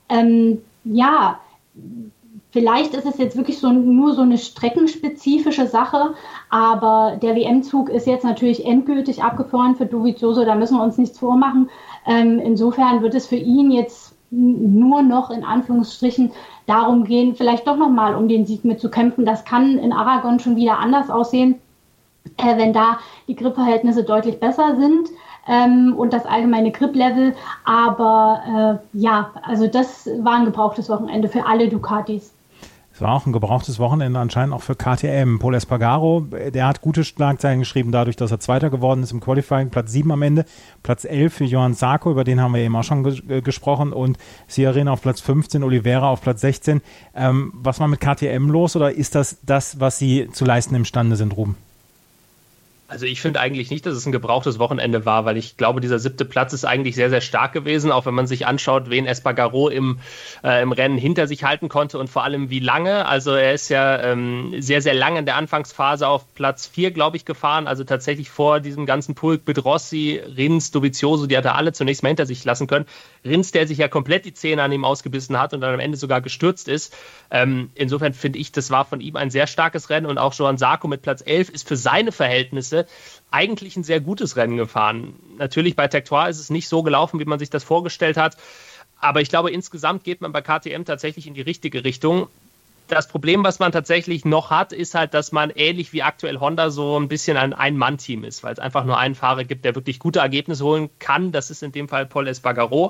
Speaker 4: vielleicht ist es jetzt wirklich nur so eine streckenspezifische Sache, aber der WM-Zug ist jetzt natürlich endgültig abgefahren für Dovizioso, da müssen wir uns nichts vormachen. Insofern wird es für ihn jetzt nur noch in Anführungsstrichen darum gehen, vielleicht doch nochmal um den Sieg mitzukämpfen. Das kann in Aragon schon wieder anders aussehen, wenn da die Gripverhältnisse deutlich besser sind und das allgemeine Grip-Level. Aber also das war ein gebrauchtes Wochenende für alle Ducatis.
Speaker 3: Es war auch ein gebrauchtes Wochenende anscheinend auch für KTM. Pol Espargaro, der hat gute Schlagzeilen geschrieben, dadurch, dass er Zweiter geworden ist im Qualifying, Platz 7 am Ende, Platz 11 für Johann Zarco, über den haben wir eben auch schon gesprochen, und Ciarena auf Platz 15, Oliveira auf Platz 16. Was war mit KTM los, oder ist das, was sie zu leisten imstande sind, Ruben?
Speaker 5: Also ich finde eigentlich nicht, dass es ein gebrauchtes Wochenende war, weil ich glaube, dieser 7. Platz ist eigentlich sehr, sehr stark gewesen, auch wenn man sich anschaut, wen Espargaro im Rennen hinter sich halten konnte und vor allem wie lange. Also er ist ja sehr, sehr lange in der Anfangsphase auf Platz 4, glaube ich, gefahren, also tatsächlich vor diesem ganzen Pulk mit Rossi, Rins, Dovizioso, die hat er alle zunächst mal hinter sich lassen können. Rins, der sich ja komplett die Zähne an ihm ausgebissen hat und dann am Ende sogar gestürzt ist. Insofern finde ich, das war von ihm ein sehr starkes Rennen, und auch Johann Zarco mit Platz 11 ist für seine Verhältnisse eigentlich ein sehr gutes Rennen gefahren. Natürlich bei Tech 3 ist es nicht so gelaufen, wie man sich das vorgestellt hat, aber ich glaube, insgesamt geht man bei KTM tatsächlich in die richtige Richtung. Das Problem, was man tatsächlich noch hat, ist halt, dass man ähnlich wie aktuell Honda so ein bisschen ein Ein-Mann-Team ist, weil es einfach nur einen Fahrer gibt, der wirklich gute Ergebnisse holen kann. Das ist in dem Fall Pol Espargaro.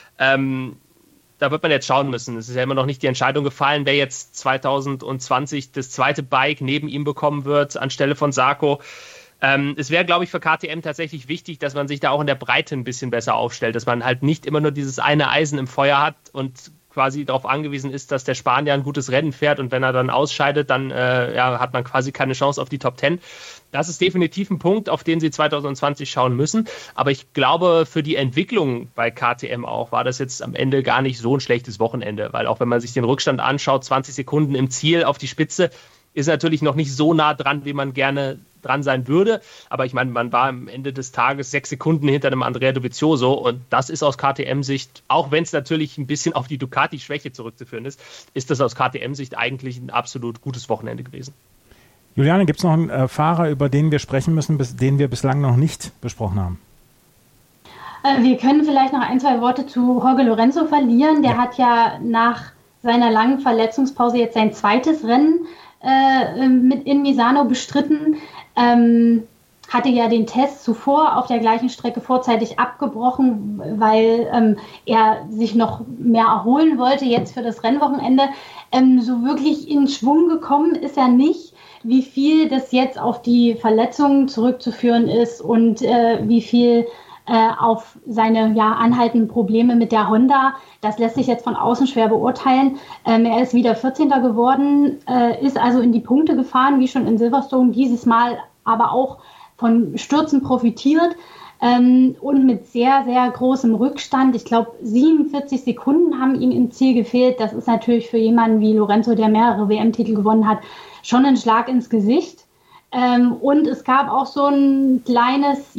Speaker 5: Da wird man jetzt schauen müssen. Es ist ja immer noch nicht die Entscheidung gefallen, wer jetzt 2020 das zweite Bike neben ihm bekommen wird, anstelle von Zarco. Es wäre, glaube ich, für KTM tatsächlich wichtig, dass man sich da auch in der Breite ein bisschen besser aufstellt, dass man halt nicht immer nur dieses eine Eisen im Feuer hat und quasi darauf angewiesen ist, dass der Spanier ein gutes Rennen fährt und wenn er dann ausscheidet, dann hat man quasi keine Chance auf die Top 10. Das ist definitiv ein Punkt, auf den sie 2020 schauen müssen. Aber ich glaube, für die Entwicklung bei KTM auch war das jetzt am Ende gar nicht so ein schlechtes Wochenende, weil auch wenn man sich den Rückstand anschaut, 20 Sekunden im Ziel auf die Spitze, ist natürlich noch nicht so nah dran, wie man gerne dran sein würde. Aber ich meine, man war am Ende des Tages 6 Sekunden hinter dem Andrea Dovizioso und das ist aus KTM-Sicht, auch wenn es natürlich ein bisschen auf die Ducati-Schwäche zurückzuführen ist, ist das aus KTM-Sicht eigentlich ein absolut gutes Wochenende gewesen.
Speaker 3: Juliane, gibt es noch einen Fahrer, über den wir sprechen müssen, den wir bislang noch nicht besprochen haben?
Speaker 4: Wir können vielleicht noch 1-2 Worte zu Jorge Lorenzo verlieren. Der hat ja nach seiner langen Verletzungspause jetzt sein zweites Rennen in Misano bestritten. Hatte ja den Test zuvor auf der gleichen Strecke vorzeitig abgebrochen, weil er sich noch mehr erholen wollte jetzt für das Rennwochenende. So wirklich in Schwung gekommen ist er nicht. Wie viel das jetzt auf die Verletzungen zurückzuführen ist und wie viel auf seine anhaltenden Probleme mit der Honda, das lässt sich jetzt von außen schwer beurteilen. Er ist wieder 14. geworden, ist also in die Punkte gefahren, wie schon in Silverstone, dieses Mal aber auch von Stürzen profitiert und mit sehr, sehr großem Rückstand. Ich glaube, 47 Sekunden haben ihm im Ziel gefehlt. Das ist natürlich für jemanden wie Lorenzo, der mehrere WM-Titel gewonnen hat, schon ein Schlag ins Gesicht. Und es gab auch so ein kleines,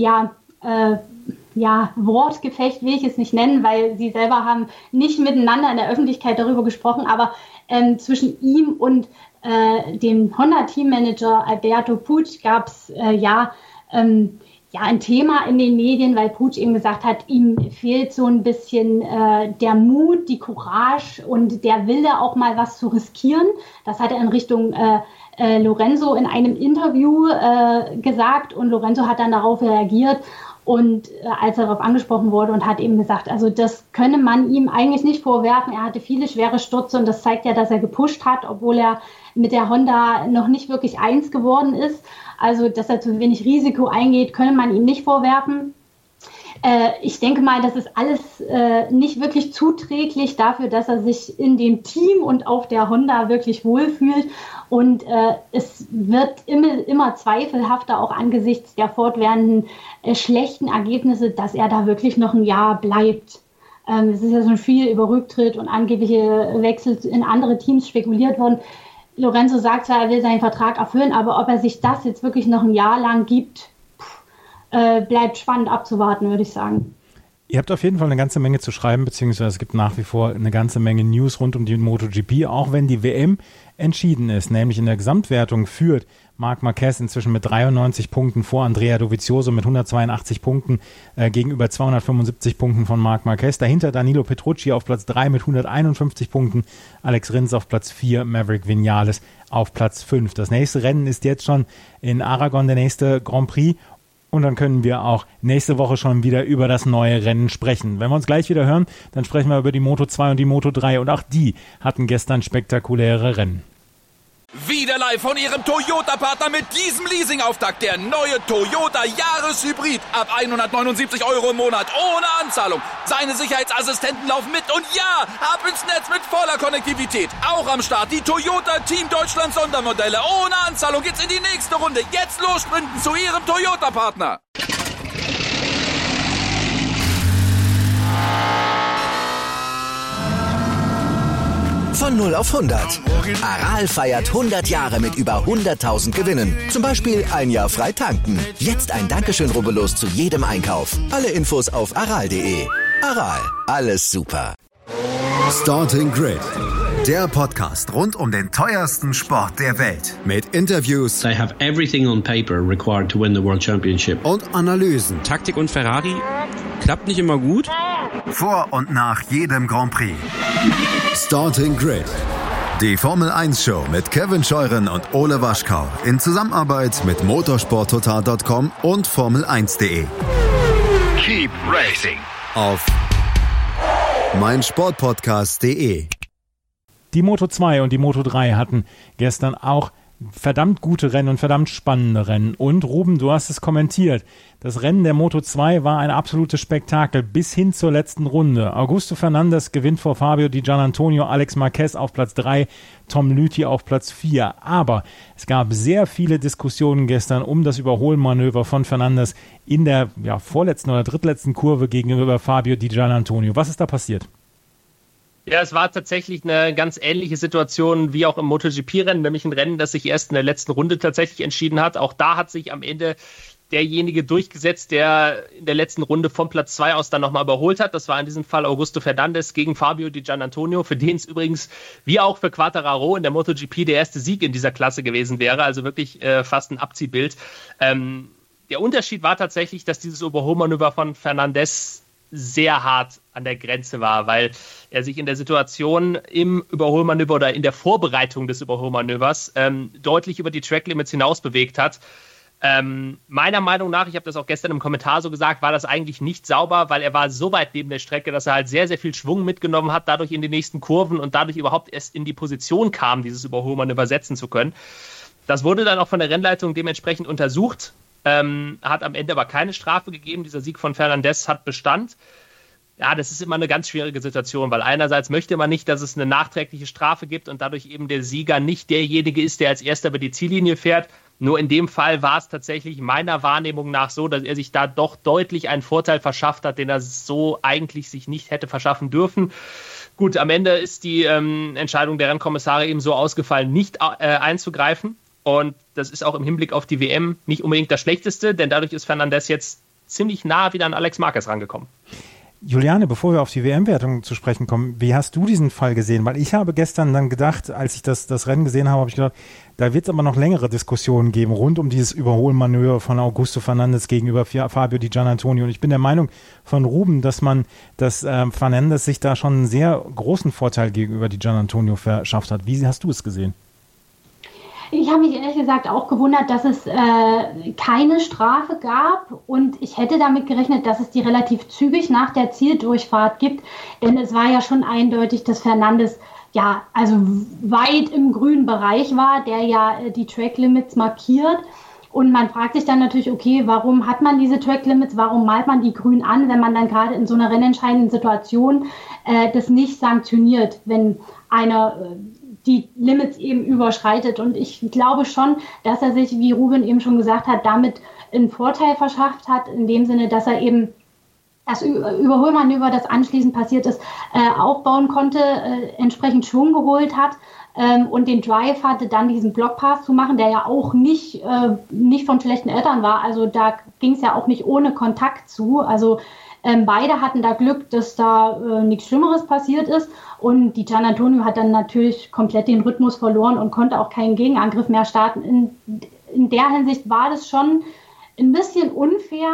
Speaker 4: Wortgefecht will ich es nicht nennen, weil sie selber haben nicht miteinander in der Öffentlichkeit darüber gesprochen, aber zwischen ihm und dem Honda-Teammanager Alberto Puig gab es ein Thema in den Medien, weil Puig eben gesagt hat, ihm fehlt so ein bisschen der Mut, die Courage und der Wille, auch mal was zu riskieren. Das hat er in Richtung Lorenzo in einem Interview gesagt und Lorenzo hat dann darauf reagiert. Und als er darauf angesprochen wurde und hat eben gesagt, also das könne man ihm eigentlich nicht vorwerfen. Er hatte viele schwere Stürze und das zeigt ja, dass er gepusht hat, obwohl er mit der Honda noch nicht wirklich eins geworden ist. Also, dass er zu wenig Risiko eingeht, könne man ihm nicht vorwerfen. Ich denke mal, das ist alles nicht wirklich zuträglich dafür, dass er sich in dem Team und auf der Honda wirklich wohlfühlt. Und es wird immer zweifelhafter, auch angesichts der fortwährenden schlechten Ergebnisse, dass er da wirklich noch ein Jahr bleibt. Es ist ja schon viel über Rücktritt und angebliche Wechsel in andere Teams spekuliert worden. Lorenzo sagt zwar, er will seinen Vertrag erfüllen, aber ob er sich das jetzt wirklich noch ein Jahr lang gibt, bleibt spannend abzuwarten, würde ich sagen.
Speaker 3: Ihr habt auf jeden Fall eine ganze Menge zu schreiben, beziehungsweise es gibt nach wie vor eine ganze Menge News rund um die MotoGP, auch wenn die WM entschieden ist, nämlich in der Gesamtwertung führt Marc Marquez inzwischen mit 93 Punkten vor Andrea Dovizioso mit 182 Punkten gegenüber 275 Punkten von Marc Marquez. Dahinter Danilo Petrucci auf Platz 3 mit 151 Punkten, Alex Rins auf Platz 4, Maverick Viñales auf Platz 5. Das nächste Rennen ist jetzt schon in Aragon, der nächste Grand Prix. Und dann können wir auch nächste Woche schon wieder über das neue Rennen sprechen. Wenn wir uns gleich wieder hören, dann sprechen wir über die Moto 2 und die Moto 3. Und auch die hatten gestern spektakuläre Rennen.
Speaker 6: Wieder live von Ihrem Toyota-Partner mit diesem Leasing-Auftakt. Der neue Toyota Jahreshybrid. Ab 179 € im Monat. Ohne Anzahlung. Seine Sicherheitsassistenten laufen mit. Und ja, ab ins Netz mit voller Konnektivität. Auch am Start die Toyota Team Deutschland Sondermodelle. Ohne Anzahlung geht's in die nächste Runde. Jetzt los sprinten zu Ihrem Toyota-Partner.
Speaker 1: Von 0 auf 100. Aral feiert 100 Jahre mit über 100.000 Gewinnen. Zum Beispiel ein Jahr frei tanken. Jetzt ein Dankeschön, rubbellos zu jedem Einkauf. Alle Infos auf aral.de. Aral, alles super.
Speaker 2: Starting Grid, der Podcast rund um den teuersten Sport der Welt. Mit Interviews.
Speaker 7: They have everything on paper required to win the World Championship.
Speaker 2: Und Analysen.
Speaker 8: Taktik und Ferrari klappt nicht immer gut.
Speaker 2: Vor und nach jedem Grand Prix. Starting Grid, die Formel 1 Show mit Kevin Scheuren und Ole Waschkau in Zusammenarbeit mit motorsporttotal.com und Formel1.de.
Speaker 9: Keep racing
Speaker 2: Auf meinsportpodcast.de.
Speaker 3: Die Moto 2 und die Moto 3 hatten gestern auch verdammt gute Rennen und verdammt spannende Rennen. Und Ruben, du hast es kommentiert. Das Rennen der Moto2 war ein absolutes Spektakel bis hin zur letzten Runde. Augusto Fernandes gewinnt vor Fabio Di Giannantonio, Alex Marquez auf Platz 3, Tom Lüthi auf Platz 4. Aber es gab sehr viele Diskussionen gestern um das Überholmanöver von Fernandes in der vorletzten oder drittletzten Kurve gegenüber Fabio Di Giannantonio. Was ist da passiert?
Speaker 5: Ja, es war tatsächlich eine ganz ähnliche Situation wie auch im MotoGP-Rennen, nämlich ein Rennen, das sich erst in der letzten Runde tatsächlich entschieden hat. Auch da hat sich am Ende derjenige durchgesetzt, der in der letzten Runde von Platz 2 aus dann nochmal überholt hat. Das war in diesem Fall Augusto Fernandes gegen Fabio Di Giannantonio, für den es übrigens, wie auch für Quartararo in der MotoGP, der erste Sieg in dieser Klasse gewesen wäre. Also wirklich fast ein Abziehbild. Der Unterschied war tatsächlich, dass dieses Überholmanöver von Fernandes sehr hart an der Grenze war, weil er sich in der Situation im Überholmanöver oder in der Vorbereitung des Überholmanövers deutlich über die Tracklimits hinaus bewegt hat. Meiner Meinung nach, ich habe das auch gestern im Kommentar so gesagt, war das eigentlich nicht sauber, weil er war so weit neben der Strecke, dass er halt sehr, sehr viel Schwung mitgenommen hat, dadurch in die nächsten Kurven und dadurch überhaupt erst in die Position kam, dieses Überholmanöver setzen zu können. Das wurde dann auch von der Rennleitung dementsprechend untersucht. Hat am Ende aber keine Strafe gegeben. Dieser Sieg von Fernandes hat Bestand. Ja, das ist immer eine ganz schwierige Situation, weil einerseits möchte man nicht, dass es eine nachträgliche Strafe gibt und dadurch eben der Sieger nicht derjenige ist, der als erster über die Ziellinie fährt. Nur in dem Fall war es tatsächlich meiner Wahrnehmung nach so, dass er sich da doch deutlich einen Vorteil verschafft hat, den er so eigentlich sich nicht hätte verschaffen dürfen. Gut, am Ende ist die Entscheidung der Rennkommissare eben so ausgefallen, nicht einzugreifen. Und das ist auch im Hinblick auf die WM nicht unbedingt das Schlechteste, denn dadurch ist Fernandes jetzt ziemlich nah wieder an Alex Marquez rangekommen.
Speaker 3: Juliane, bevor wir auf die WM-Wertung zu sprechen kommen, wie hast du diesen Fall gesehen? Weil ich habe gestern dann gedacht, als ich das Rennen gesehen habe, habe ich gedacht, da wird es aber noch längere Diskussionen geben rund um dieses Überholmanöver von Augusto Fernandes gegenüber Fabio Di Giannantonio. Und ich bin der Meinung von Ruben, dass Fernandes sich da schon einen sehr großen Vorteil gegenüber Di Giannantonio verschafft hat. Wie hast du es gesehen?
Speaker 4: Ich habe mich ehrlich gesagt auch gewundert, dass es keine Strafe gab und ich hätte damit gerechnet, dass es die relativ zügig nach der Zieldurchfahrt gibt, denn es war ja schon eindeutig, dass Fernandes also weit im grünen Bereich war, der ja die Track-Limits markiert. Und man fragt sich dann natürlich, okay, warum hat man diese Track-Limits, warum malt man die grün an, wenn man dann gerade in so einer rennentscheidenden Situation das nicht sanktioniert, wenn einer die Limits eben überschreitet. Und ich glaube schon, dass er sich, wie Ruben eben schon gesagt hat, damit einen Vorteil verschafft hat, in dem Sinne, dass er eben das Überholmanöver, das anschließend passiert ist, aufbauen konnte, entsprechend Schwung geholt hat und den Drive hatte, dann diesen Blockpass zu machen, der ja auch nicht von schlechten Eltern war. Also da ging es ja auch nicht ohne Kontakt zu. Also beide hatten da Glück, dass da nichts Schlimmeres passiert ist. Und Di Giannantonio hat dann natürlich komplett den Rhythmus verloren und konnte auch keinen Gegenangriff mehr starten. In der Hinsicht war das schon ein bisschen unfair.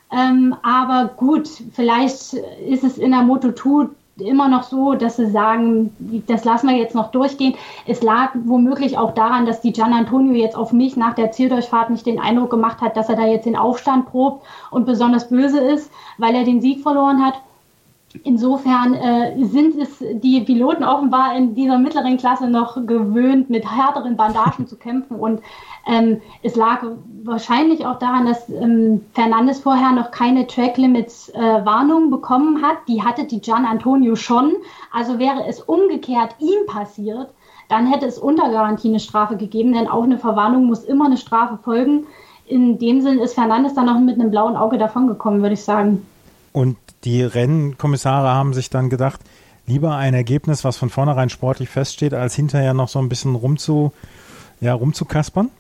Speaker 4: Aber gut, vielleicht ist es in der Moto2 immer noch so, dass sie sagen, das lassen wir jetzt noch durchgehen. Es lag womöglich auch daran, dass Di Giannantonio jetzt auf mich nach der Zieldurchfahrt nicht den Eindruck gemacht hat, dass er da jetzt den Aufstand probt und besonders böse ist, weil er den Sieg verloren hat. Insofern sind es die Piloten offenbar in dieser mittleren Klasse noch gewöhnt, mit härteren Bandagen zu kämpfen. Und es lag wahrscheinlich auch daran, dass Fernandes vorher noch keine Track-Limits-Warnung bekommen hat. Die hatte Di Giannantonio schon. Also wäre es umgekehrt ihm passiert, dann hätte es unter Garantie eine Strafe gegeben, denn auch eine Verwarnung muss immer eine Strafe folgen. In dem Sinn ist Fernandes dann noch mit einem blauen Auge davongekommen, würde ich sagen.
Speaker 3: Und die Rennkommissare haben sich dann gedacht, lieber ein Ergebnis, was von vornherein sportlich feststeht, als hinterher noch so ein bisschen rumzukaspern?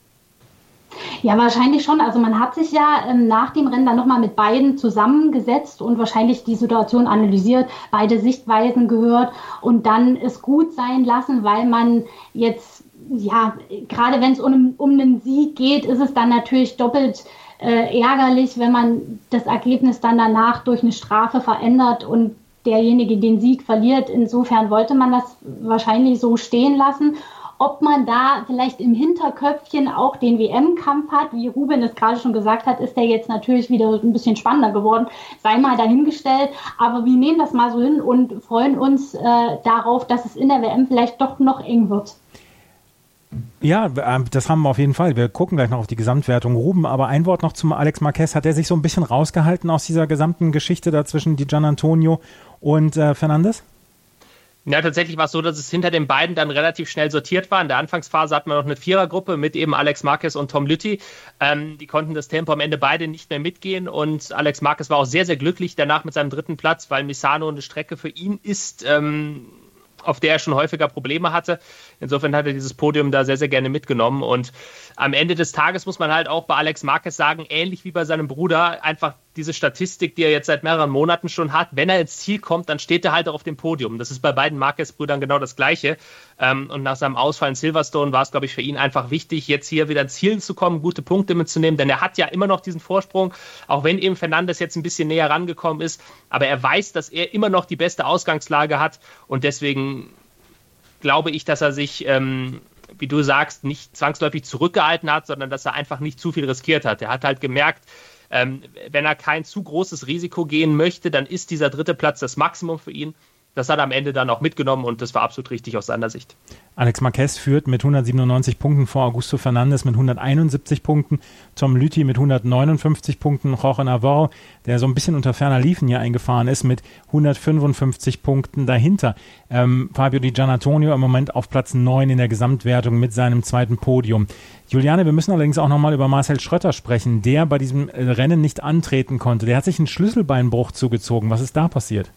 Speaker 4: Ja, wahrscheinlich schon. Also man hat sich ja nach dem Rennen dann nochmal mit beiden zusammengesetzt und wahrscheinlich die Situation analysiert, beide Sichtweisen gehört und dann es gut sein lassen, weil man jetzt, gerade wenn es um einen Sieg geht, ist es dann natürlich doppelt ärgerlich, wenn man das Ergebnis dann danach durch eine Strafe verändert und derjenige den Sieg verliert. Insofern wollte man das wahrscheinlich so stehen lassen. Ob man da vielleicht im Hinterköpfchen auch den WM-Kampf hat, wie Ruben es gerade schon gesagt hat, ist der jetzt natürlich wieder ein bisschen spannender geworden. Sei mal dahingestellt, aber wir nehmen das mal so hin und freuen uns darauf, dass es in der WM vielleicht doch noch eng wird.
Speaker 3: Ja, das haben wir auf jeden Fall. Wir gucken gleich noch auf die Gesamtwertung. Ruben, aber ein Wort noch zum Alex Marquez. Hat er sich so ein bisschen rausgehalten aus dieser gesamten Geschichte da zwischen Di Giannantonio und Fernandes?
Speaker 5: Ja, tatsächlich war es so, dass es hinter den beiden dann relativ schnell sortiert war. In der Anfangsphase hatten wir noch eine Vierergruppe mit eben Alex Marquez und Tom Lüthi. Die konnten das Tempo am Ende beide nicht mehr mitgehen und Alex Marquez war auch sehr, sehr glücklich danach mit seinem 3. Platz, weil Misano eine Strecke für ihn ist, auf der er schon häufiger Probleme hatte. Insofern hat er dieses Podium da sehr, sehr gerne mitgenommen. Und am Ende des Tages muss man halt auch bei Alex Marquez sagen, ähnlich wie bei seinem Bruder, einfach diese Statistik, die er jetzt seit mehreren Monaten schon hat, wenn er ins Ziel kommt, dann steht er halt auch auf dem Podium. Das ist bei beiden Marquez-Brüdern genau das Gleiche. Und nach seinem Ausfall in Silverstone war es, glaube ich, für ihn einfach wichtig, jetzt hier wieder ins Ziel zu kommen, gute Punkte mitzunehmen, denn er hat ja immer noch diesen Vorsprung, auch wenn eben Fernandes jetzt ein bisschen näher rangekommen ist. Aber er weiß, dass er immer noch die beste Ausgangslage hat und deswegen glaube ich, dass er sich, wie du sagst, nicht zwangsläufig zurückgehalten hat, sondern dass er einfach nicht zu viel riskiert hat. Er hat halt gemerkt, wenn er kein zu großes Risiko gehen möchte, dann ist dieser 3. Platz das Maximum für ihn. Das hat er am Ende dann auch mitgenommen und das war absolut richtig aus seiner Sicht.
Speaker 3: Alex Marquez führt mit 197 Punkten vor Augusto Fernandes mit 171 Punkten, Tom Lüthi mit 159 Punkten, Jorge Navarro, der so ein bisschen unter ferner Liefen hier eingefahren ist, mit 155 Punkten dahinter. Fabio Di Giannantonio im Moment auf Platz 9 in der Gesamtwertung mit seinem 2. Podium. Juliane, wir müssen allerdings auch nochmal über Marcel Schrötter sprechen, der bei diesem Rennen nicht antreten konnte. Der hat sich einen Schlüsselbeinbruch zugezogen. Was ist da passiert?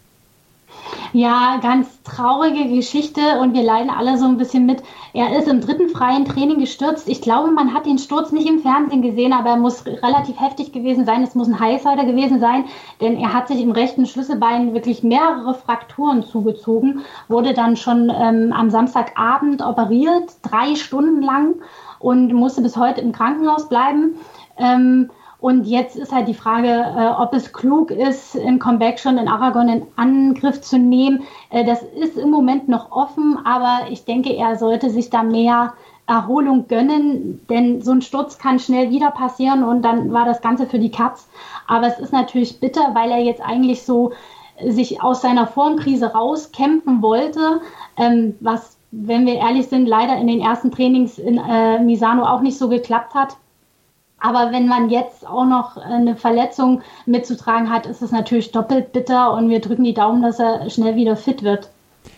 Speaker 4: Ja, ganz traurige Geschichte und wir leiden alle so ein bisschen mit. Er ist im 3. freien Training gestürzt. Ich glaube, man hat den Sturz nicht im Fernsehen gesehen, aber er muss relativ heftig gewesen sein. Es muss ein Highsider gewesen sein, denn er hat sich im rechten Schlüsselbein wirklich mehrere Frakturen zugezogen, wurde dann schon am Samstagabend operiert, 3 Stunden lang und musste bis heute im Krankenhaus bleiben. Und jetzt ist halt die Frage, ob es klug ist, im Comeback schon in Aragon in Angriff zu nehmen. Das ist im Moment noch offen, aber ich denke, er sollte sich da mehr Erholung gönnen, denn so ein Sturz kann schnell wieder passieren und dann war das Ganze für die Katz. Aber es ist natürlich bitter, weil er jetzt eigentlich so sich aus seiner Formkrise rauskämpfen wollte, was, wenn wir ehrlich sind, leider in den ersten Trainings in Misano auch nicht so geklappt hat. Aber wenn man jetzt auch noch eine Verletzung mitzutragen hat, ist es natürlich doppelt bitter und wir drücken die Daumen, dass er schnell wieder fit wird.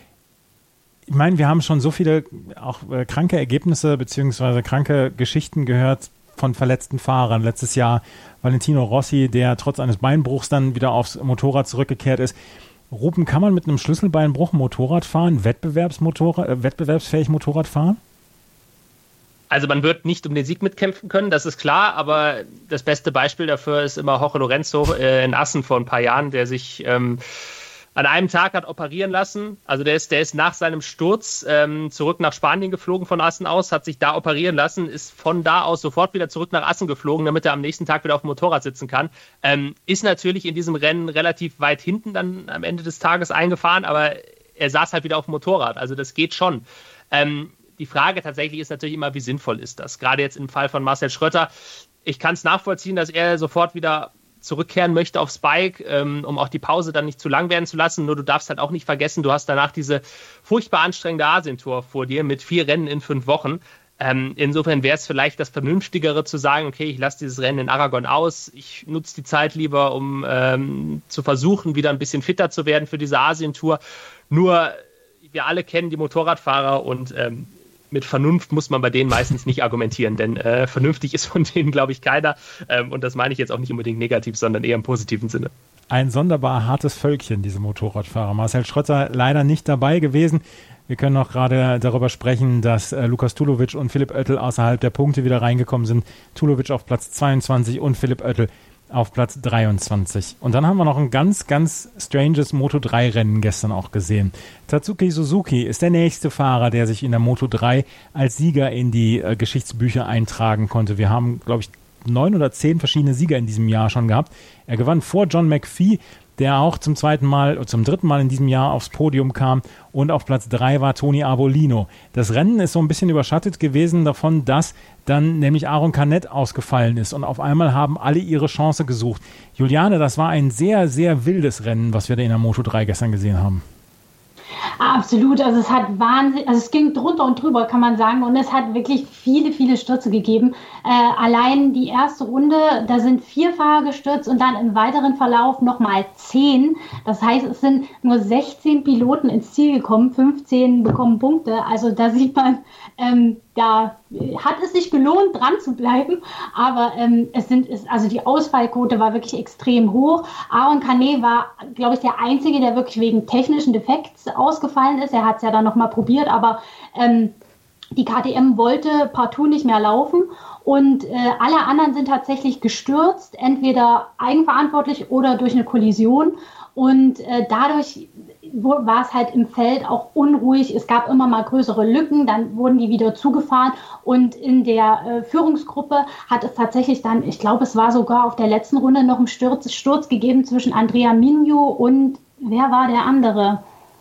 Speaker 3: Ich meine, wir haben schon so viele auch kranke Ergebnisse bzw. kranke Geschichten gehört von verletzten Fahrern. Letztes Jahr Valentino Rossi, der trotz eines Beinbruchs dann wieder aufs Motorrad zurückgekehrt ist. Ruben, kann man mit einem Schlüsselbeinbruch Motorrad fahren, wettbewerbsfähig Motorrad fahren?
Speaker 5: Also man wird nicht um den Sieg mitkämpfen können, das ist klar, aber das beste Beispiel dafür ist immer Jorge Lorenzo in Assen vor ein paar Jahren, der sich an einem Tag hat operieren lassen. Also der ist nach seinem Sturz zurück nach Spanien geflogen von Assen aus, hat sich da operieren lassen, ist von da aus sofort wieder zurück nach Assen geflogen, damit er am nächsten Tag wieder auf dem Motorrad sitzen kann. Ist natürlich in diesem Rennen relativ weit hinten dann am Ende des Tages eingefahren, aber er saß halt wieder auf dem Motorrad, also das geht schon. Die Frage tatsächlich ist natürlich immer, wie sinnvoll ist das? Gerade jetzt im Fall von Marcel Schrötter. Ich kann es nachvollziehen, dass er sofort wieder zurückkehren möchte aufs Bike, um auch die Pause dann nicht zu lang werden zu lassen. Nur du darfst halt auch nicht vergessen, du hast danach diese furchtbar anstrengende Asien-Tour vor dir mit 4 Rennen in 5 Wochen. Insofern wäre es vielleicht das Vernünftigere zu sagen, okay, ich lasse dieses Rennen in Aragon aus, ich nutze die Zeit lieber, um zu versuchen, wieder ein bisschen fitter zu werden für diese Asien-Tour. Nur wir alle kennen die Motorradfahrer und mit Vernunft muss man bei denen meistens nicht argumentieren, denn vernünftig ist von denen, glaube ich, keiner. Und das meine ich jetzt auch nicht unbedingt negativ, sondern eher im positiven Sinne.
Speaker 3: Ein sonderbar hartes Völkchen, diese Motorradfahrer. Marcel Schrötter leider nicht dabei gewesen. Wir können noch gerade darüber sprechen, dass Lukas Tulovic und Philipp Oettel außerhalb der Punkte wieder reingekommen sind. Tulovic auf Platz 22 und Philipp Oettel auf Platz 23. Und dann haben wir noch ein ganz, ganz stranges Moto3-Rennen gestern auch gesehen. Tatsuki Suzuki ist der nächste Fahrer, der sich in der Moto3 als Sieger in die Geschichtsbücher eintragen konnte. Wir haben, glaube ich, 9 oder 10 verschiedene Sieger in diesem Jahr schon gehabt. Er gewann vor John McPhee, der auch zum dritten Mal in diesem Jahr aufs Podium kam, und auf Platz 3 war Tony Arbolino. Das Rennen ist so ein bisschen überschattet gewesen davon, dass dann nämlich Aaron Canet ausgefallen ist und auf einmal haben alle ihre Chance gesucht. Juliane, das war ein sehr, sehr wildes Rennen, was wir da in der Moto3 gestern gesehen haben.
Speaker 4: Absolut, also es hat es ging drunter und drüber, kann man sagen, und es hat wirklich viele, viele Stürze gegeben. Allein die erste Runde, da sind 4 Fahrer gestürzt und dann im weiteren Verlauf nochmal 10. Das heißt, es sind nur 16 Piloten ins Ziel gekommen, 15 bekommen Punkte. Also da sieht man, da hat es sich gelohnt, dran zu bleiben, aber also die Ausfallquote war wirklich extrem hoch. Aaron Canet war, glaube ich, der Einzige, der wirklich wegen technischen Defekts ausgefallen ist. Er hat es ja dann nochmal probiert, aber die KTM wollte partout nicht mehr laufen und alle anderen sind tatsächlich gestürzt, entweder eigenverantwortlich oder durch eine Kollision, und dadurch war es halt im Feld auch unruhig. Es gab immer mal größere Lücken, dann wurden die wieder zugefahren, und in der Führungsgruppe hat es tatsächlich dann, ich glaube, es war sogar auf der letzten Runde noch einen Sturz gegeben zwischen Andrea Migno und, wer war der andere?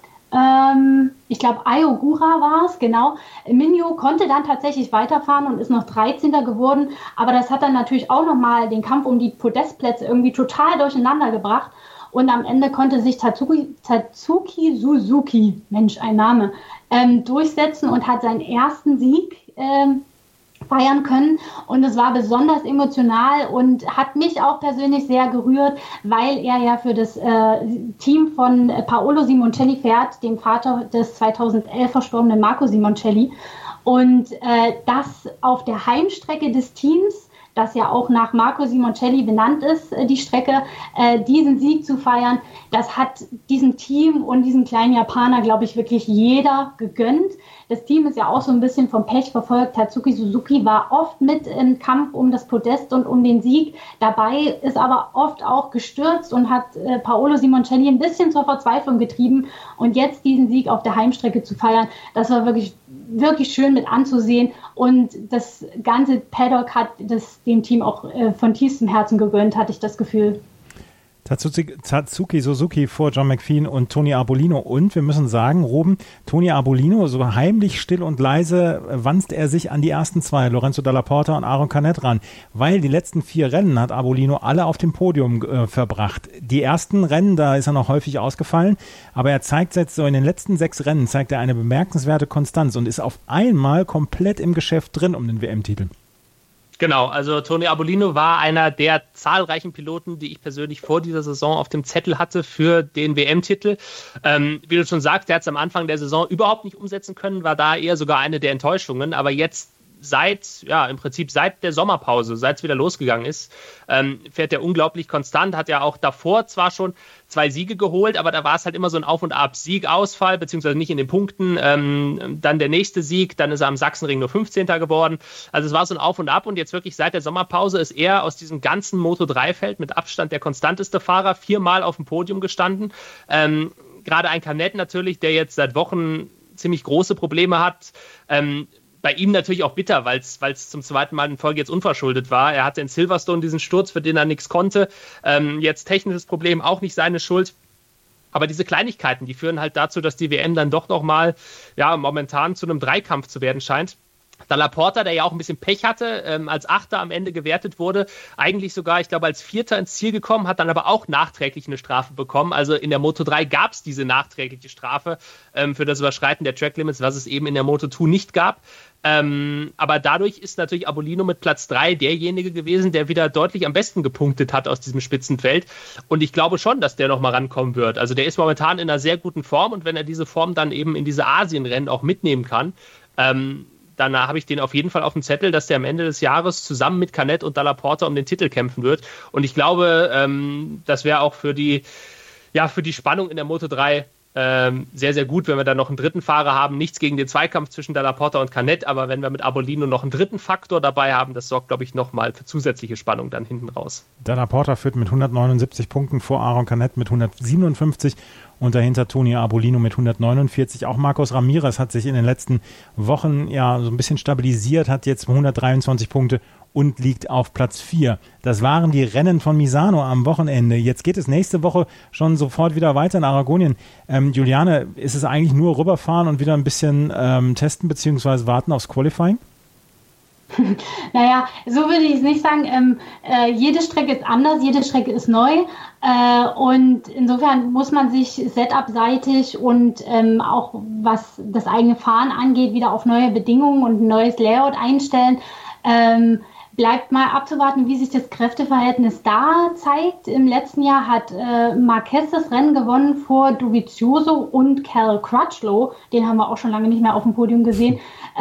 Speaker 4: Ich glaube, Ayo Gura war es, genau. Migno konnte dann tatsächlich weiterfahren und ist noch 13. geworden, aber das hat dann natürlich auch nochmal den Kampf um die Podestplätze irgendwie total durcheinander gebracht. Und am Ende konnte sich Tatsuki Suzuki, Mensch, ein Name, durchsetzen und hat seinen ersten Sieg feiern können. Und es war besonders emotional und hat mich auch persönlich sehr gerührt, weil er ja für das Team von Paolo Simoncelli fährt, dem Vater des 2011 verstorbenen Marco Simoncelli. Und das auf der Heimstrecke des Teams, das ja auch nach Marco Simoncelli benannt ist, die Strecke, diesen Sieg zu feiern, das hat diesem Team und diesem kleinen Japaner, glaube ich, wirklich jeder gegönnt. Das Team ist ja auch so ein bisschen vom Pech verfolgt. Tatsuki Suzuki war oft mit im Kampf um das Podest und um den Sieg dabei, ist aber oft auch gestürzt und hat Paolo Simoncelli ein bisschen zur Verzweiflung getrieben. Und jetzt diesen Sieg auf der Heimstrecke zu feiern, das war wirklich, wirklich schön mit anzusehen. Und das ganze Paddock hat das dem Team auch von tiefstem Herzen gegönnt, hatte ich das Gefühl.
Speaker 3: Tatsuki Suzuki vor John McPhee und Tony Arbolino. Und wir müssen sagen, Ruben, Tony Arbolino, so heimlich, still und leise wanzt er sich an die ersten 2, Lorenzo Dalla Porta und Aaron Canet ran. Weil die letzten 4 Rennen hat Arbolino alle auf dem Podium verbracht. Die ersten Rennen, da ist er noch häufig ausgefallen, aber er zeigt jetzt so in den letzten 6 Rennen, zeigt er eine bemerkenswerte Konstanz und ist auf einmal komplett im Geschäft drin um den WM-Titel.
Speaker 5: Genau, also Tony Arbolino war einer der zahlreichen Piloten, die ich persönlich vor dieser Saison auf dem Zettel hatte für den WM-Titel. Wie du schon sagst, der hat es am Anfang der Saison überhaupt nicht umsetzen können, war da eher sogar eine der Enttäuschungen, aber jetzt im Prinzip seit der Sommerpause, seit es wieder losgegangen ist, fährt er unglaublich konstant, hat ja auch davor zwar schon 2 Siege geholt, aber da war es halt immer so ein Auf und Ab, Sieg-Ausfall, beziehungsweise nicht in den Punkten, dann der nächste Sieg, dann ist er am Sachsenring nur 15. geworden, also es war so ein Auf und Ab, und jetzt wirklich seit der Sommerpause ist er aus diesem ganzen Moto3-Feld mit Abstand der konstanteste Fahrer, 4-mal auf dem Podium gestanden, gerade ein Canet natürlich, der jetzt seit Wochen ziemlich große Probleme hat, bei ihm natürlich auch bitter, weil es zum zweiten Mal in Folge jetzt unverschuldet war. Er hatte in Silverstone diesen Sturz, für den er nichts konnte. Jetzt technisches Problem, auch nicht seine Schuld. Aber diese Kleinigkeiten, die führen halt dazu, dass die WM dann doch nochmal momentan zu einem Dreikampf zu werden scheint. Dalla Porta, der ja auch ein bisschen Pech hatte, als 8. am Ende gewertet wurde, eigentlich sogar, ich glaube, als 4. ins Ziel gekommen, hat dann aber auch nachträglich eine Strafe bekommen. Also in der Moto3 gab es diese nachträgliche Strafe für das Überschreiten der Track-Limits, was es eben in der Moto2 nicht gab. Aber dadurch ist natürlich Arbolino mit Platz 3 derjenige gewesen, der wieder deutlich am besten gepunktet hat aus diesem Spitzenfeld. Und ich glaube schon, dass der nochmal rankommen wird. Also der ist momentan in einer sehr guten Form, und wenn er diese Form dann eben in diese Asienrennen auch mitnehmen kann, dann habe ich den auf jeden Fall auf dem Zettel, dass der am Ende des Jahres zusammen mit Canet und Dalla Porta um den Titel kämpfen wird. Und ich glaube, das wäre auch für die Spannung in der Moto3 sehr, sehr gut, wenn wir dann noch einen dritten Fahrer haben. Nichts gegen den Zweikampf zwischen Dalla Porta und Canet, aber wenn wir mit Arbolino noch einen dritten Faktor dabei haben, das sorgt, glaube ich, nochmal für zusätzliche Spannung dann hinten raus.
Speaker 3: Dalla Porta führt mit 179 Punkten vor Aaron Canet mit 157 und dahinter Tony Arbolino mit 149. Auch Marcos Ramirez hat sich in den letzten Wochen so ein bisschen stabilisiert, hat jetzt 123 Punkte und liegt auf Platz 4. Das waren die Rennen von Misano am Wochenende. Jetzt geht es nächste Woche schon sofort wieder weiter in Aragonien. Juliane, ist es eigentlich nur rüberfahren und wieder ein bisschen testen bzw. warten aufs Qualifying?
Speaker 4: Naja, so würde ich es nicht sagen. Jede Strecke ist anders, jede Strecke ist neu. Und insofern muss man sich setup-seitig und auch was das eigene Fahren angeht, wieder auf neue Bedingungen und ein neues Layout einstellen. Bleibt mal abzuwarten, wie sich das Kräfteverhältnis da zeigt. Im letzten Jahr hat Marquez das Rennen gewonnen vor Dovizioso und Cal Crutchlow. Den haben wir auch schon lange nicht mehr auf dem Podium gesehen.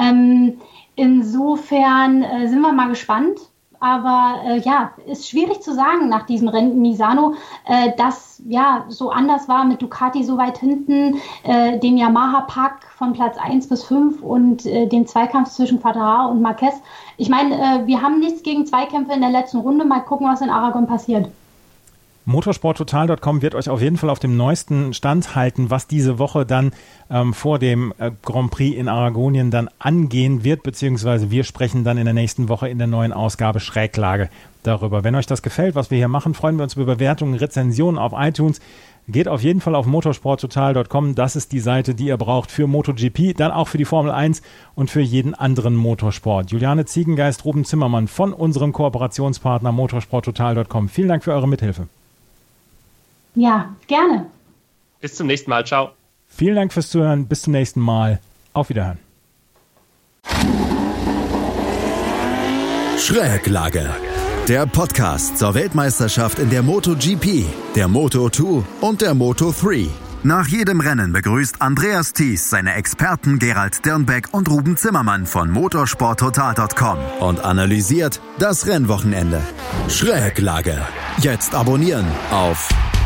Speaker 4: Insofern sind wir mal gespannt. Aber ist schwierig zu sagen nach diesem Rennen in Misano, dass so anders war mit Ducati so weit hinten, dem Yamaha-Pack von Platz 1 bis 5 und den Zweikampf zwischen Quartararo und Marquez. Ich meine, wir haben nichts gegen Zweikämpfe in der letzten Runde. Mal gucken, was in Aragon passiert.
Speaker 3: Motorsporttotal.com wird euch auf jeden Fall auf dem neuesten Stand halten, was diese Woche dann vor dem Grand Prix in Aragonien dann angehen wird, beziehungsweise wir sprechen dann in der nächsten Woche in der neuen Ausgabe Schräglage darüber. Wenn euch das gefällt, was wir hier machen, freuen wir uns über Bewertungen, Rezensionen auf iTunes. Geht auf jeden Fall auf motorsporttotal.com. Das ist die Seite, die ihr braucht für MotoGP, dann auch für die Formel 1 und für jeden anderen Motorsport. Juliane Ziegengeist, Ruben Zimmermann von unserem Kooperationspartner motorsporttotal.com. Vielen Dank für eure Mithilfe.
Speaker 4: Ja, gerne.
Speaker 5: Bis zum nächsten Mal. Ciao.
Speaker 3: Vielen Dank fürs Zuhören. Bis zum nächsten Mal. Auf Wiederhören.
Speaker 2: Schräglage. Der Podcast zur Weltmeisterschaft in der MotoGP, der Moto2 und der Moto3. Nach jedem Rennen begrüßt Andreas Thies seine Experten Gerald Dirnbeck und Ruben Zimmermann von motorsporttotal.com und analysiert das Rennwochenende. Schräglage. Jetzt abonnieren auf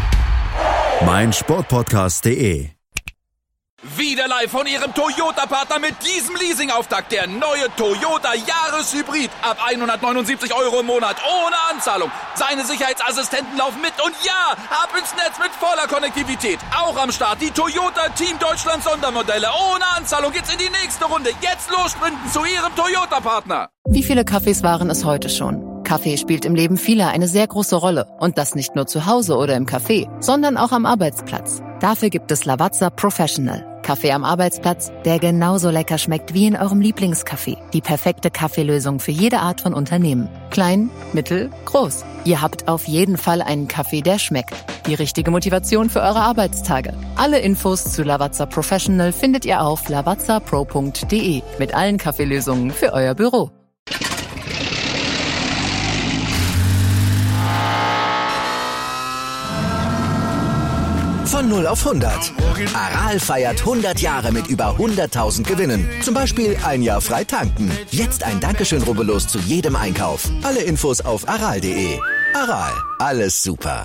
Speaker 2: meinsportpodcast.de.
Speaker 6: Wieder live von Ihrem Toyota-Partner mit diesem Leasing-Auftakt. Der neue Toyota Jahreshybrid. Ab 179 € im Monat. Ohne Anzahlung. Seine Sicherheitsassistenten laufen mit. Und ja, ab ins Netz mit voller Konnektivität. Auch am Start die Toyota Team Deutschland Sondermodelle. Ohne Anzahlung geht's in die nächste Runde. Jetzt los sprinten zu Ihrem Toyota-Partner.
Speaker 10: Wie viele Kaffees waren es heute schon? Kaffee spielt im Leben vieler eine sehr große Rolle. Und das nicht nur zu Hause oder im Café, sondern auch am Arbeitsplatz. Dafür gibt es Lavazza Professional. Kaffee am Arbeitsplatz, der genauso lecker schmeckt wie in eurem Lieblingscafé. Die perfekte Kaffeelösung für jede Art von Unternehmen. Klein, mittel, groß. Ihr habt auf jeden Fall einen Kaffee, der schmeckt. Die richtige Motivation für eure Arbeitstage. Alle Infos zu Lavazza Professional findet ihr auf lavazzapro.de. Mit allen Kaffeelösungen für euer Büro.
Speaker 1: Von 0 auf 100. Aral feiert 100 Jahre mit über 100.000 Gewinnen. Zum Beispiel ein Jahr frei tanken. Jetzt ein Dankeschön, rubbellos zu jedem Einkauf. Alle Infos auf aral.de. Aral, alles super.